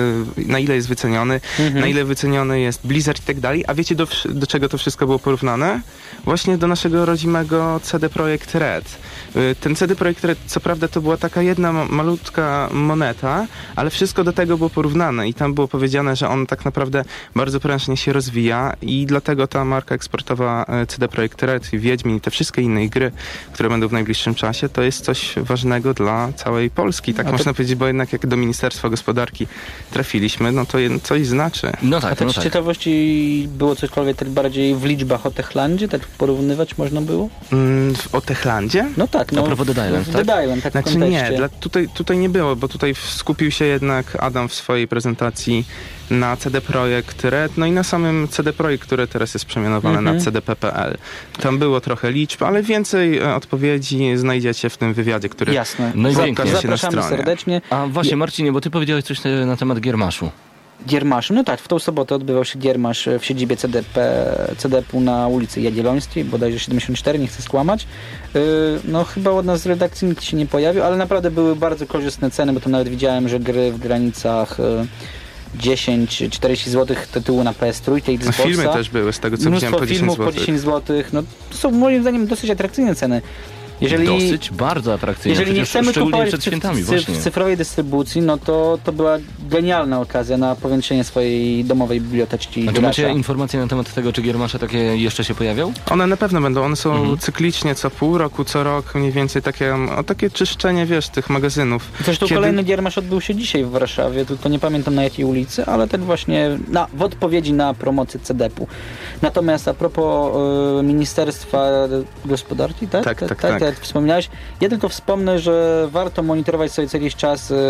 [SPEAKER 5] na ile jest wyceniony, mhm. na ile wyceniony jest Blizzard i tak dalej. A wiecie, do, do czego to wszystko było porównane? Właśnie do naszego rodzimego C D Projekt Red. Ten C D Projekt Red, co prawda to była taka jedna malutka moneta, ale wszystko do tego było porównane i tam było powiedziane, że on tak naprawdę bardzo prężnie się rozwija i dlatego ta marka eksportowa C D Projekt Red i Wiedźmin i te wszystkie inne gry, które będą w najbliższym czasie, to jest coś ważnego dla całej Polski. Tak
[SPEAKER 6] A
[SPEAKER 5] można
[SPEAKER 6] to...
[SPEAKER 5] powiedzieć, bo jednak jak do Ministerstwa Gospodarki trafiliśmy, no to coś znaczy.
[SPEAKER 4] No tak,
[SPEAKER 6] A tak
[SPEAKER 4] no
[SPEAKER 6] z
[SPEAKER 4] tak.
[SPEAKER 6] ciekawości było cośkolwiek tak bardziej w liczbach o Techlandzie? Tak porównywać można było?
[SPEAKER 5] Mm, o Techlandzie?
[SPEAKER 6] No tak. No,
[SPEAKER 4] a propos Dead Island, tak?
[SPEAKER 6] Dead Island, tak
[SPEAKER 5] Znaczy
[SPEAKER 6] w kontekście.
[SPEAKER 5] nie, dla, tutaj, tutaj nie było, bo tutaj skupił się jednak Adam w swojej prezentacji na C D Projekt Red, no i na samym C D Projekt, które teraz jest przemianowane mm-hmm. na C D P kropka P L. Tam było trochę liczb, ale więcej e, odpowiedzi znajdziecie w tym wywiadzie, który
[SPEAKER 6] Jasne.
[SPEAKER 4] No i
[SPEAKER 5] zaprasza
[SPEAKER 4] pięknie.
[SPEAKER 5] się na
[SPEAKER 6] Zapraszamy
[SPEAKER 5] stronie.
[SPEAKER 6] serdecznie.
[SPEAKER 4] A właśnie Marcinie, bo ty powiedziałeś coś na temat Giermaszu.
[SPEAKER 6] Giermaszu. No tak, w tą sobotę odbywał się Giermasz w siedzibie C D P, C D P u na ulicy Jagiellońskiej, bodajże siedemdziesiąt cztery, nie chcę skłamać. Yy, no chyba od nas z redakcji nikt się nie pojawił, ale naprawdę były bardzo korzystne ceny, bo to nawet widziałem, że gry w granicach yy, dziesięć czterdzieści złotych tytułu na P S trzy i Xboxa.
[SPEAKER 5] Filmy też były, z tego co widziałem,
[SPEAKER 6] Mnóstwo
[SPEAKER 5] po dziesięć
[SPEAKER 6] filmów
[SPEAKER 5] złotych.
[SPEAKER 6] po dziesięć złotych. No, to są moim zdaniem dosyć atrakcyjne ceny. Jeżeli,
[SPEAKER 4] Dosyć bardzo atrakcyjne.
[SPEAKER 6] jeżeli nie
[SPEAKER 4] Przecież
[SPEAKER 6] chcemy
[SPEAKER 4] szczególnie
[SPEAKER 6] kupować
[SPEAKER 4] przed
[SPEAKER 6] w,
[SPEAKER 4] świętami
[SPEAKER 6] w,
[SPEAKER 4] właśnie.
[SPEAKER 6] w cyfrowej dystrybucji, no to to była genialna okazja na powiększenie swojej domowej biblioteczki.
[SPEAKER 4] A czy macie
[SPEAKER 6] gracza.
[SPEAKER 4] informacje na temat tego, czy giermasze takie jeszcze się pojawią?
[SPEAKER 5] One na pewno będą, one są
[SPEAKER 4] Mhm.
[SPEAKER 5] cyklicznie co pół roku, co rok, mniej więcej takie, o, takie czyszczenie, wiesz, tych magazynów.
[SPEAKER 6] Zresztą
[SPEAKER 5] Kiedy-
[SPEAKER 6] kolejny giermasz odbył się dzisiaj w Warszawie, tylko nie pamiętam na jakiej ulicy, ale ten właśnie na, w odpowiedzi na promocję C D P-u. Natomiast a propos y, Ministerstwa Gospodarki, tak?
[SPEAKER 5] Tak, tak, tak.
[SPEAKER 6] Jak wspomniałeś, ja tylko wspomnę, że warto monitorować sobie co jakiś czas y,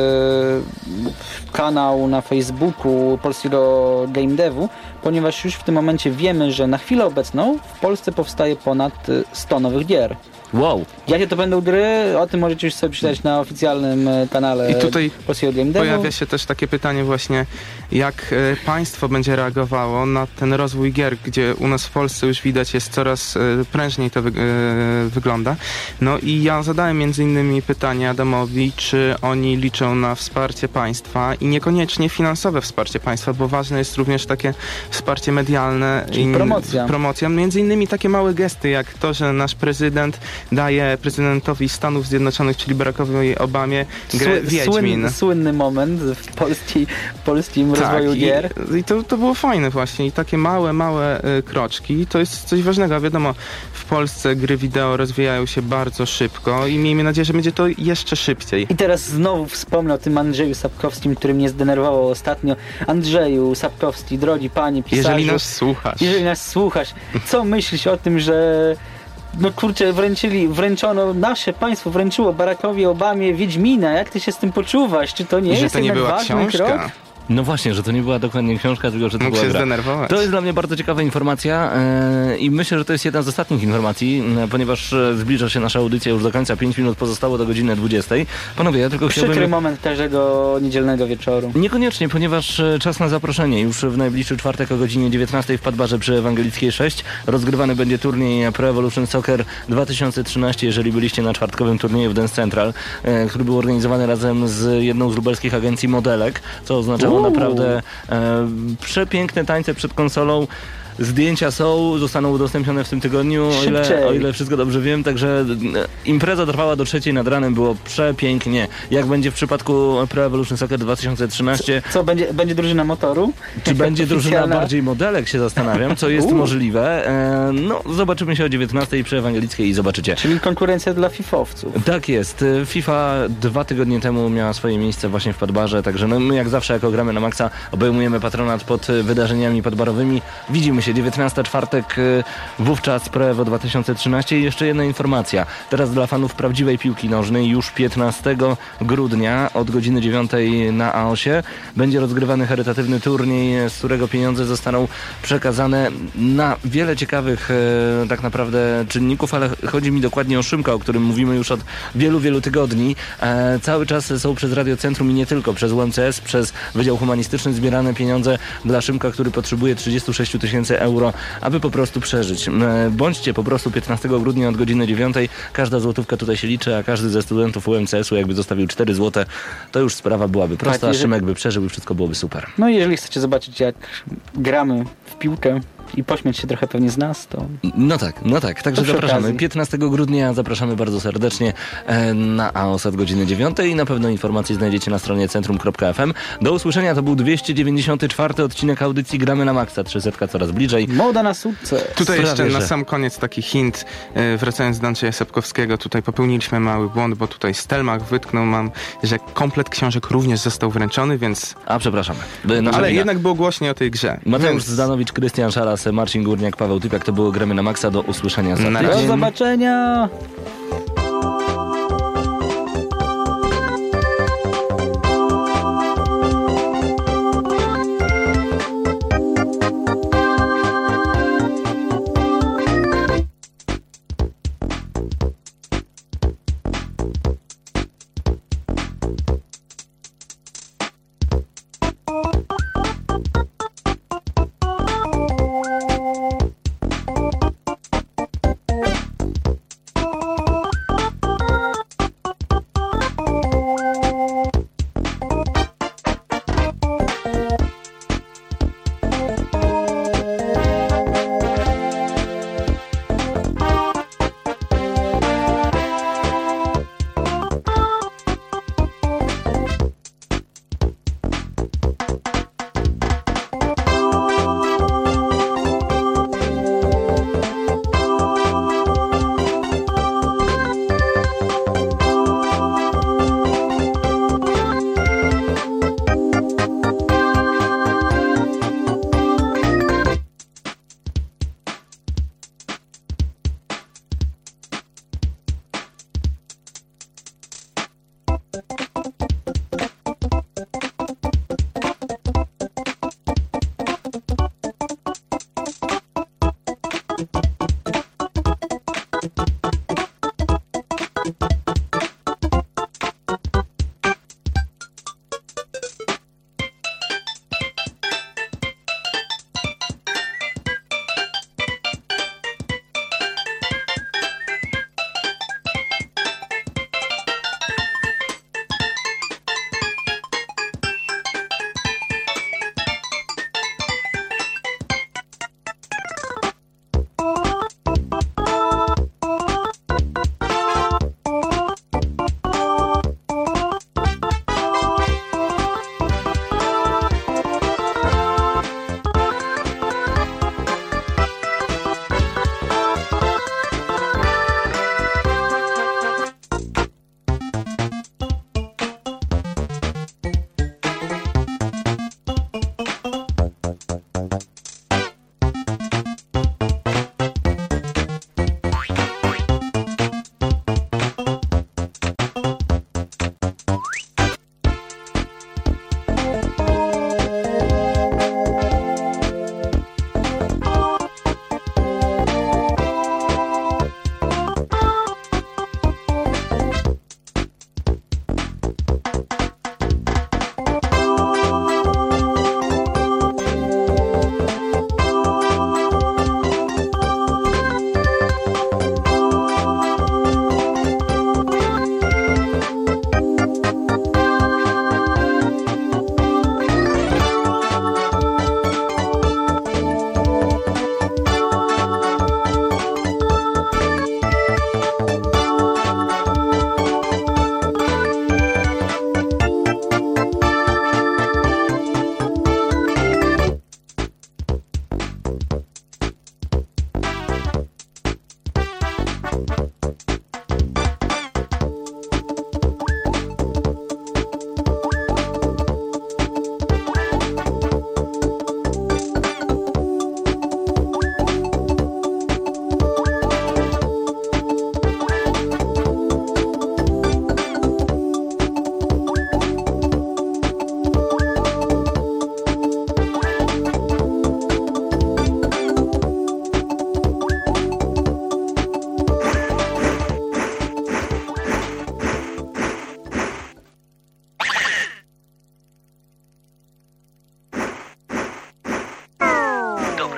[SPEAKER 6] kanał na Facebooku polskiego game devu, ponieważ już w tym momencie wiemy, że na chwilę obecną w Polsce powstaje ponad y, sto nowych gier.
[SPEAKER 4] Wow.
[SPEAKER 6] Jakie to będą gry? O tym możecie już sobie przeczytać na oficjalnym e, kanale
[SPEAKER 5] I tutaj
[SPEAKER 6] polskiego game devu.
[SPEAKER 5] pojawia się też takie pytanie właśnie, jak e, państwo będzie reagowało na ten rozwój gier, gdzie u nas w Polsce już widać jest coraz e, prężniej to wy, e, wygląda. No i ja zadałem między innymi pytanie Adamowi, czy oni liczą na wsparcie państwa i niekoniecznie finansowe wsparcie państwa, bo ważne jest również takie wsparcie medialne.
[SPEAKER 6] Czyli
[SPEAKER 5] i
[SPEAKER 6] promocja.
[SPEAKER 5] Promocja. Między innymi takie małe gesty, jak to, że nasz prezydent daje prezydentowi Stanów Zjednoczonych, czyli Barackowi Obamie, grę
[SPEAKER 6] Sły-
[SPEAKER 5] Wiedźmin.
[SPEAKER 6] Słynny, słynny moment w polskiej, polskim rozwoju
[SPEAKER 5] i,
[SPEAKER 6] gier.
[SPEAKER 5] I to, to było fajne właśnie. I takie małe, małe y, kroczki, to jest coś ważnego. Wiadomo, w Polsce gry wideo rozwijają się bardzo szybko i miejmy nadzieję, że będzie to jeszcze szybciej.
[SPEAKER 6] I teraz znowu wspomnę o tym Andrzeju Sapkowskim, który mnie zdenerwował ostatnio. Andrzeju Sapkowski, drogi panie pisarzu.
[SPEAKER 5] Jeżeli nas słuchasz.
[SPEAKER 6] Jeżeli nas słuchasz, co myślisz o tym, że no kurczę, wręczyli, wręczono, nasze państwo wręczyło Barackowi Obamie Wiedźmina. Jak ty się z tym poczuwasz? Czy to nie
[SPEAKER 5] I że
[SPEAKER 6] jest
[SPEAKER 5] to nie
[SPEAKER 6] jednak
[SPEAKER 5] była
[SPEAKER 6] ważny
[SPEAKER 5] książka.
[SPEAKER 6] krok?
[SPEAKER 4] No właśnie, że to nie była dokładnie książka, tylko że to
[SPEAKER 5] Mógł
[SPEAKER 4] była
[SPEAKER 5] się
[SPEAKER 4] gra.
[SPEAKER 5] zdenerwować.
[SPEAKER 4] To jest dla mnie bardzo ciekawa informacja e, i myślę, że to jest jedna z ostatnich informacji, e, ponieważ e, zbliża się nasza audycja już do końca, pięć minut pozostało do godziny dwudziestej. Panowie, ja tylko
[SPEAKER 6] Przykry
[SPEAKER 4] chciałbym...
[SPEAKER 6] moment każdego niedzielnego wieczoru.
[SPEAKER 4] Niekoniecznie, ponieważ e, czas na zaproszenie. Już w najbliższy czwartek o godzinie dziewiętnastej w Padbarze przy Ewangelickiej sześć rozgrywany będzie turniej Pro Evolution Soccer dwa tysiące trzynaście, jeżeli byliście na czwartkowym turnieju w Dance Central, e, który był organizowany razem z jedną z lubelskich agencji Modelek, co oznaczało
[SPEAKER 6] Uuu.
[SPEAKER 4] naprawdę e, przepiękne tańce przed konsolą. Zdjęcia są, zostaną udostępnione w tym tygodniu, o ile,
[SPEAKER 6] Szybciej.
[SPEAKER 4] o ile wszystko dobrze wiem, także e, impreza trwała do trzeciej nad ranem, było przepięknie. Jak będzie w przypadku Pro Evolution Soccer dwa tysiące trzynaście,
[SPEAKER 6] Co, będzie, będzie drużyna motoru?
[SPEAKER 4] czy będzie drużyna
[SPEAKER 6] Oficjalna?
[SPEAKER 4] bardziej modelek, się zastanawiam, co jest
[SPEAKER 6] U.
[SPEAKER 4] możliwe. E, no, zobaczymy się o dziewiętnastej przy Ewangelickiej i zobaczycie.
[SPEAKER 6] Czyli konkurencja dla fifowców.
[SPEAKER 4] Tak jest. FIFA dwa tygodnie temu miała swoje miejsce właśnie w Padbarze, także no, my jak zawsze jako gramy na maksa obejmujemy patronat pod wydarzeniami padbarowymi. Widzimy się dziewiętnasty czwartek, y, wówczas Pro Evo dwa tysiące trzynaście. I jeszcze jedna informacja. Teraz dla fanów prawdziwej piłki nożnej już piętnastego grudnia od godziny dziewiątej na A O S-ie będzie rozgrywany charytatywny turniej, z którego pieniądze zostaną przekazane na wiele ciekawych e, tak naprawdę czynników, ale chodzi mi dokładnie o Szymka, o którym mówimy już od wielu, wielu tygodni. E, cały czas są przez Radiocentrum i nie tylko, przez U M C S, przez Wydział Humanistyczny zbierane pieniądze dla Szymka, który potrzebuje trzydzieści sześć tysięcy euro, aby po prostu przeżyć. E, bądźcie po prostu piętnastego grudnia od godziny dziewiątej. Każda złotówka tutaj się liczy, a każdy ze studentów U M C S-u jakby zostawił cztery złote, to już sprawa byłaby prosta,
[SPEAKER 6] Tak, jeżeli-
[SPEAKER 4] Szymek by przeżył i wszystko byłoby super.
[SPEAKER 6] No i jeżeli chcecie zobaczyć, jak gramy w piłkę i pośmiać się trochę pewnie z nas, to
[SPEAKER 4] No tak, no tak. Także
[SPEAKER 6] To przy
[SPEAKER 4] zapraszamy.
[SPEAKER 6] okazji.
[SPEAKER 4] piętnastego grudnia zapraszamy bardzo serdecznie e, na A O S od godziny dziewiątej i na pewno informacje znajdziecie na stronie centrum kropka f m. Do usłyszenia, to był dwieście dziewięćdziesiąty czwarty odcinek audycji Gramy na Maxa. trzysetka coraz bliżej.
[SPEAKER 6] moda na sukces.
[SPEAKER 5] Tutaj
[SPEAKER 4] Prawie,
[SPEAKER 5] jeszcze na
[SPEAKER 4] że.
[SPEAKER 5] sam koniec taki hint, e, wracając do Andrzeja Sapkowskiego, tutaj popełniliśmy mały błąd, bo tutaj Stelmach wytknął nam, że komplet książek również został wręczony, więc...
[SPEAKER 4] A, przepraszamy. E, nasza
[SPEAKER 5] Ale
[SPEAKER 4] wina.
[SPEAKER 5] jednak było głośniej o tej grze.
[SPEAKER 4] Mateusz
[SPEAKER 5] więc...
[SPEAKER 4] Zdanowicz, Krystian Szaras, Marcin Górniak, Paweł Typiak. To było Gramy na Maxa. Do usłyszenia za
[SPEAKER 5] Na
[SPEAKER 4] tydzień.
[SPEAKER 6] Do zobaczenia!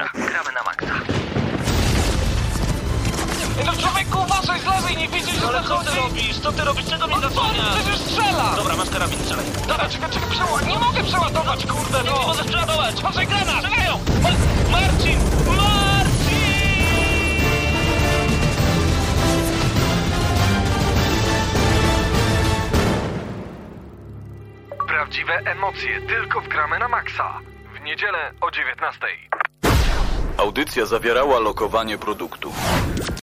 [SPEAKER 3] gramy na maksa.
[SPEAKER 2] No człowieku, uważaj z lewej, nie widzisz, że
[SPEAKER 6] Ale co
[SPEAKER 2] zachodzi?
[SPEAKER 6] ty robisz? Co ty robisz? Czego mnie
[SPEAKER 2] No co?
[SPEAKER 6] zasłaniasz?
[SPEAKER 2] Przecież strzela!
[SPEAKER 6] Dobra, masz karabin, strzelaj.
[SPEAKER 2] Dobra, czekaj, czekaj, przeładować. Nie mogę przeładować, kurde,
[SPEAKER 6] Nie,
[SPEAKER 2] no!
[SPEAKER 6] nie możesz przeładować.
[SPEAKER 2] Uważaj, granat! Strzelają! Ma- Marcin! Marcin!
[SPEAKER 3] Prawdziwe emocje tylko w gramy na maksa. W niedzielę o dziewiętnastej.
[SPEAKER 1] Audycja zawierała lokowanie produktu.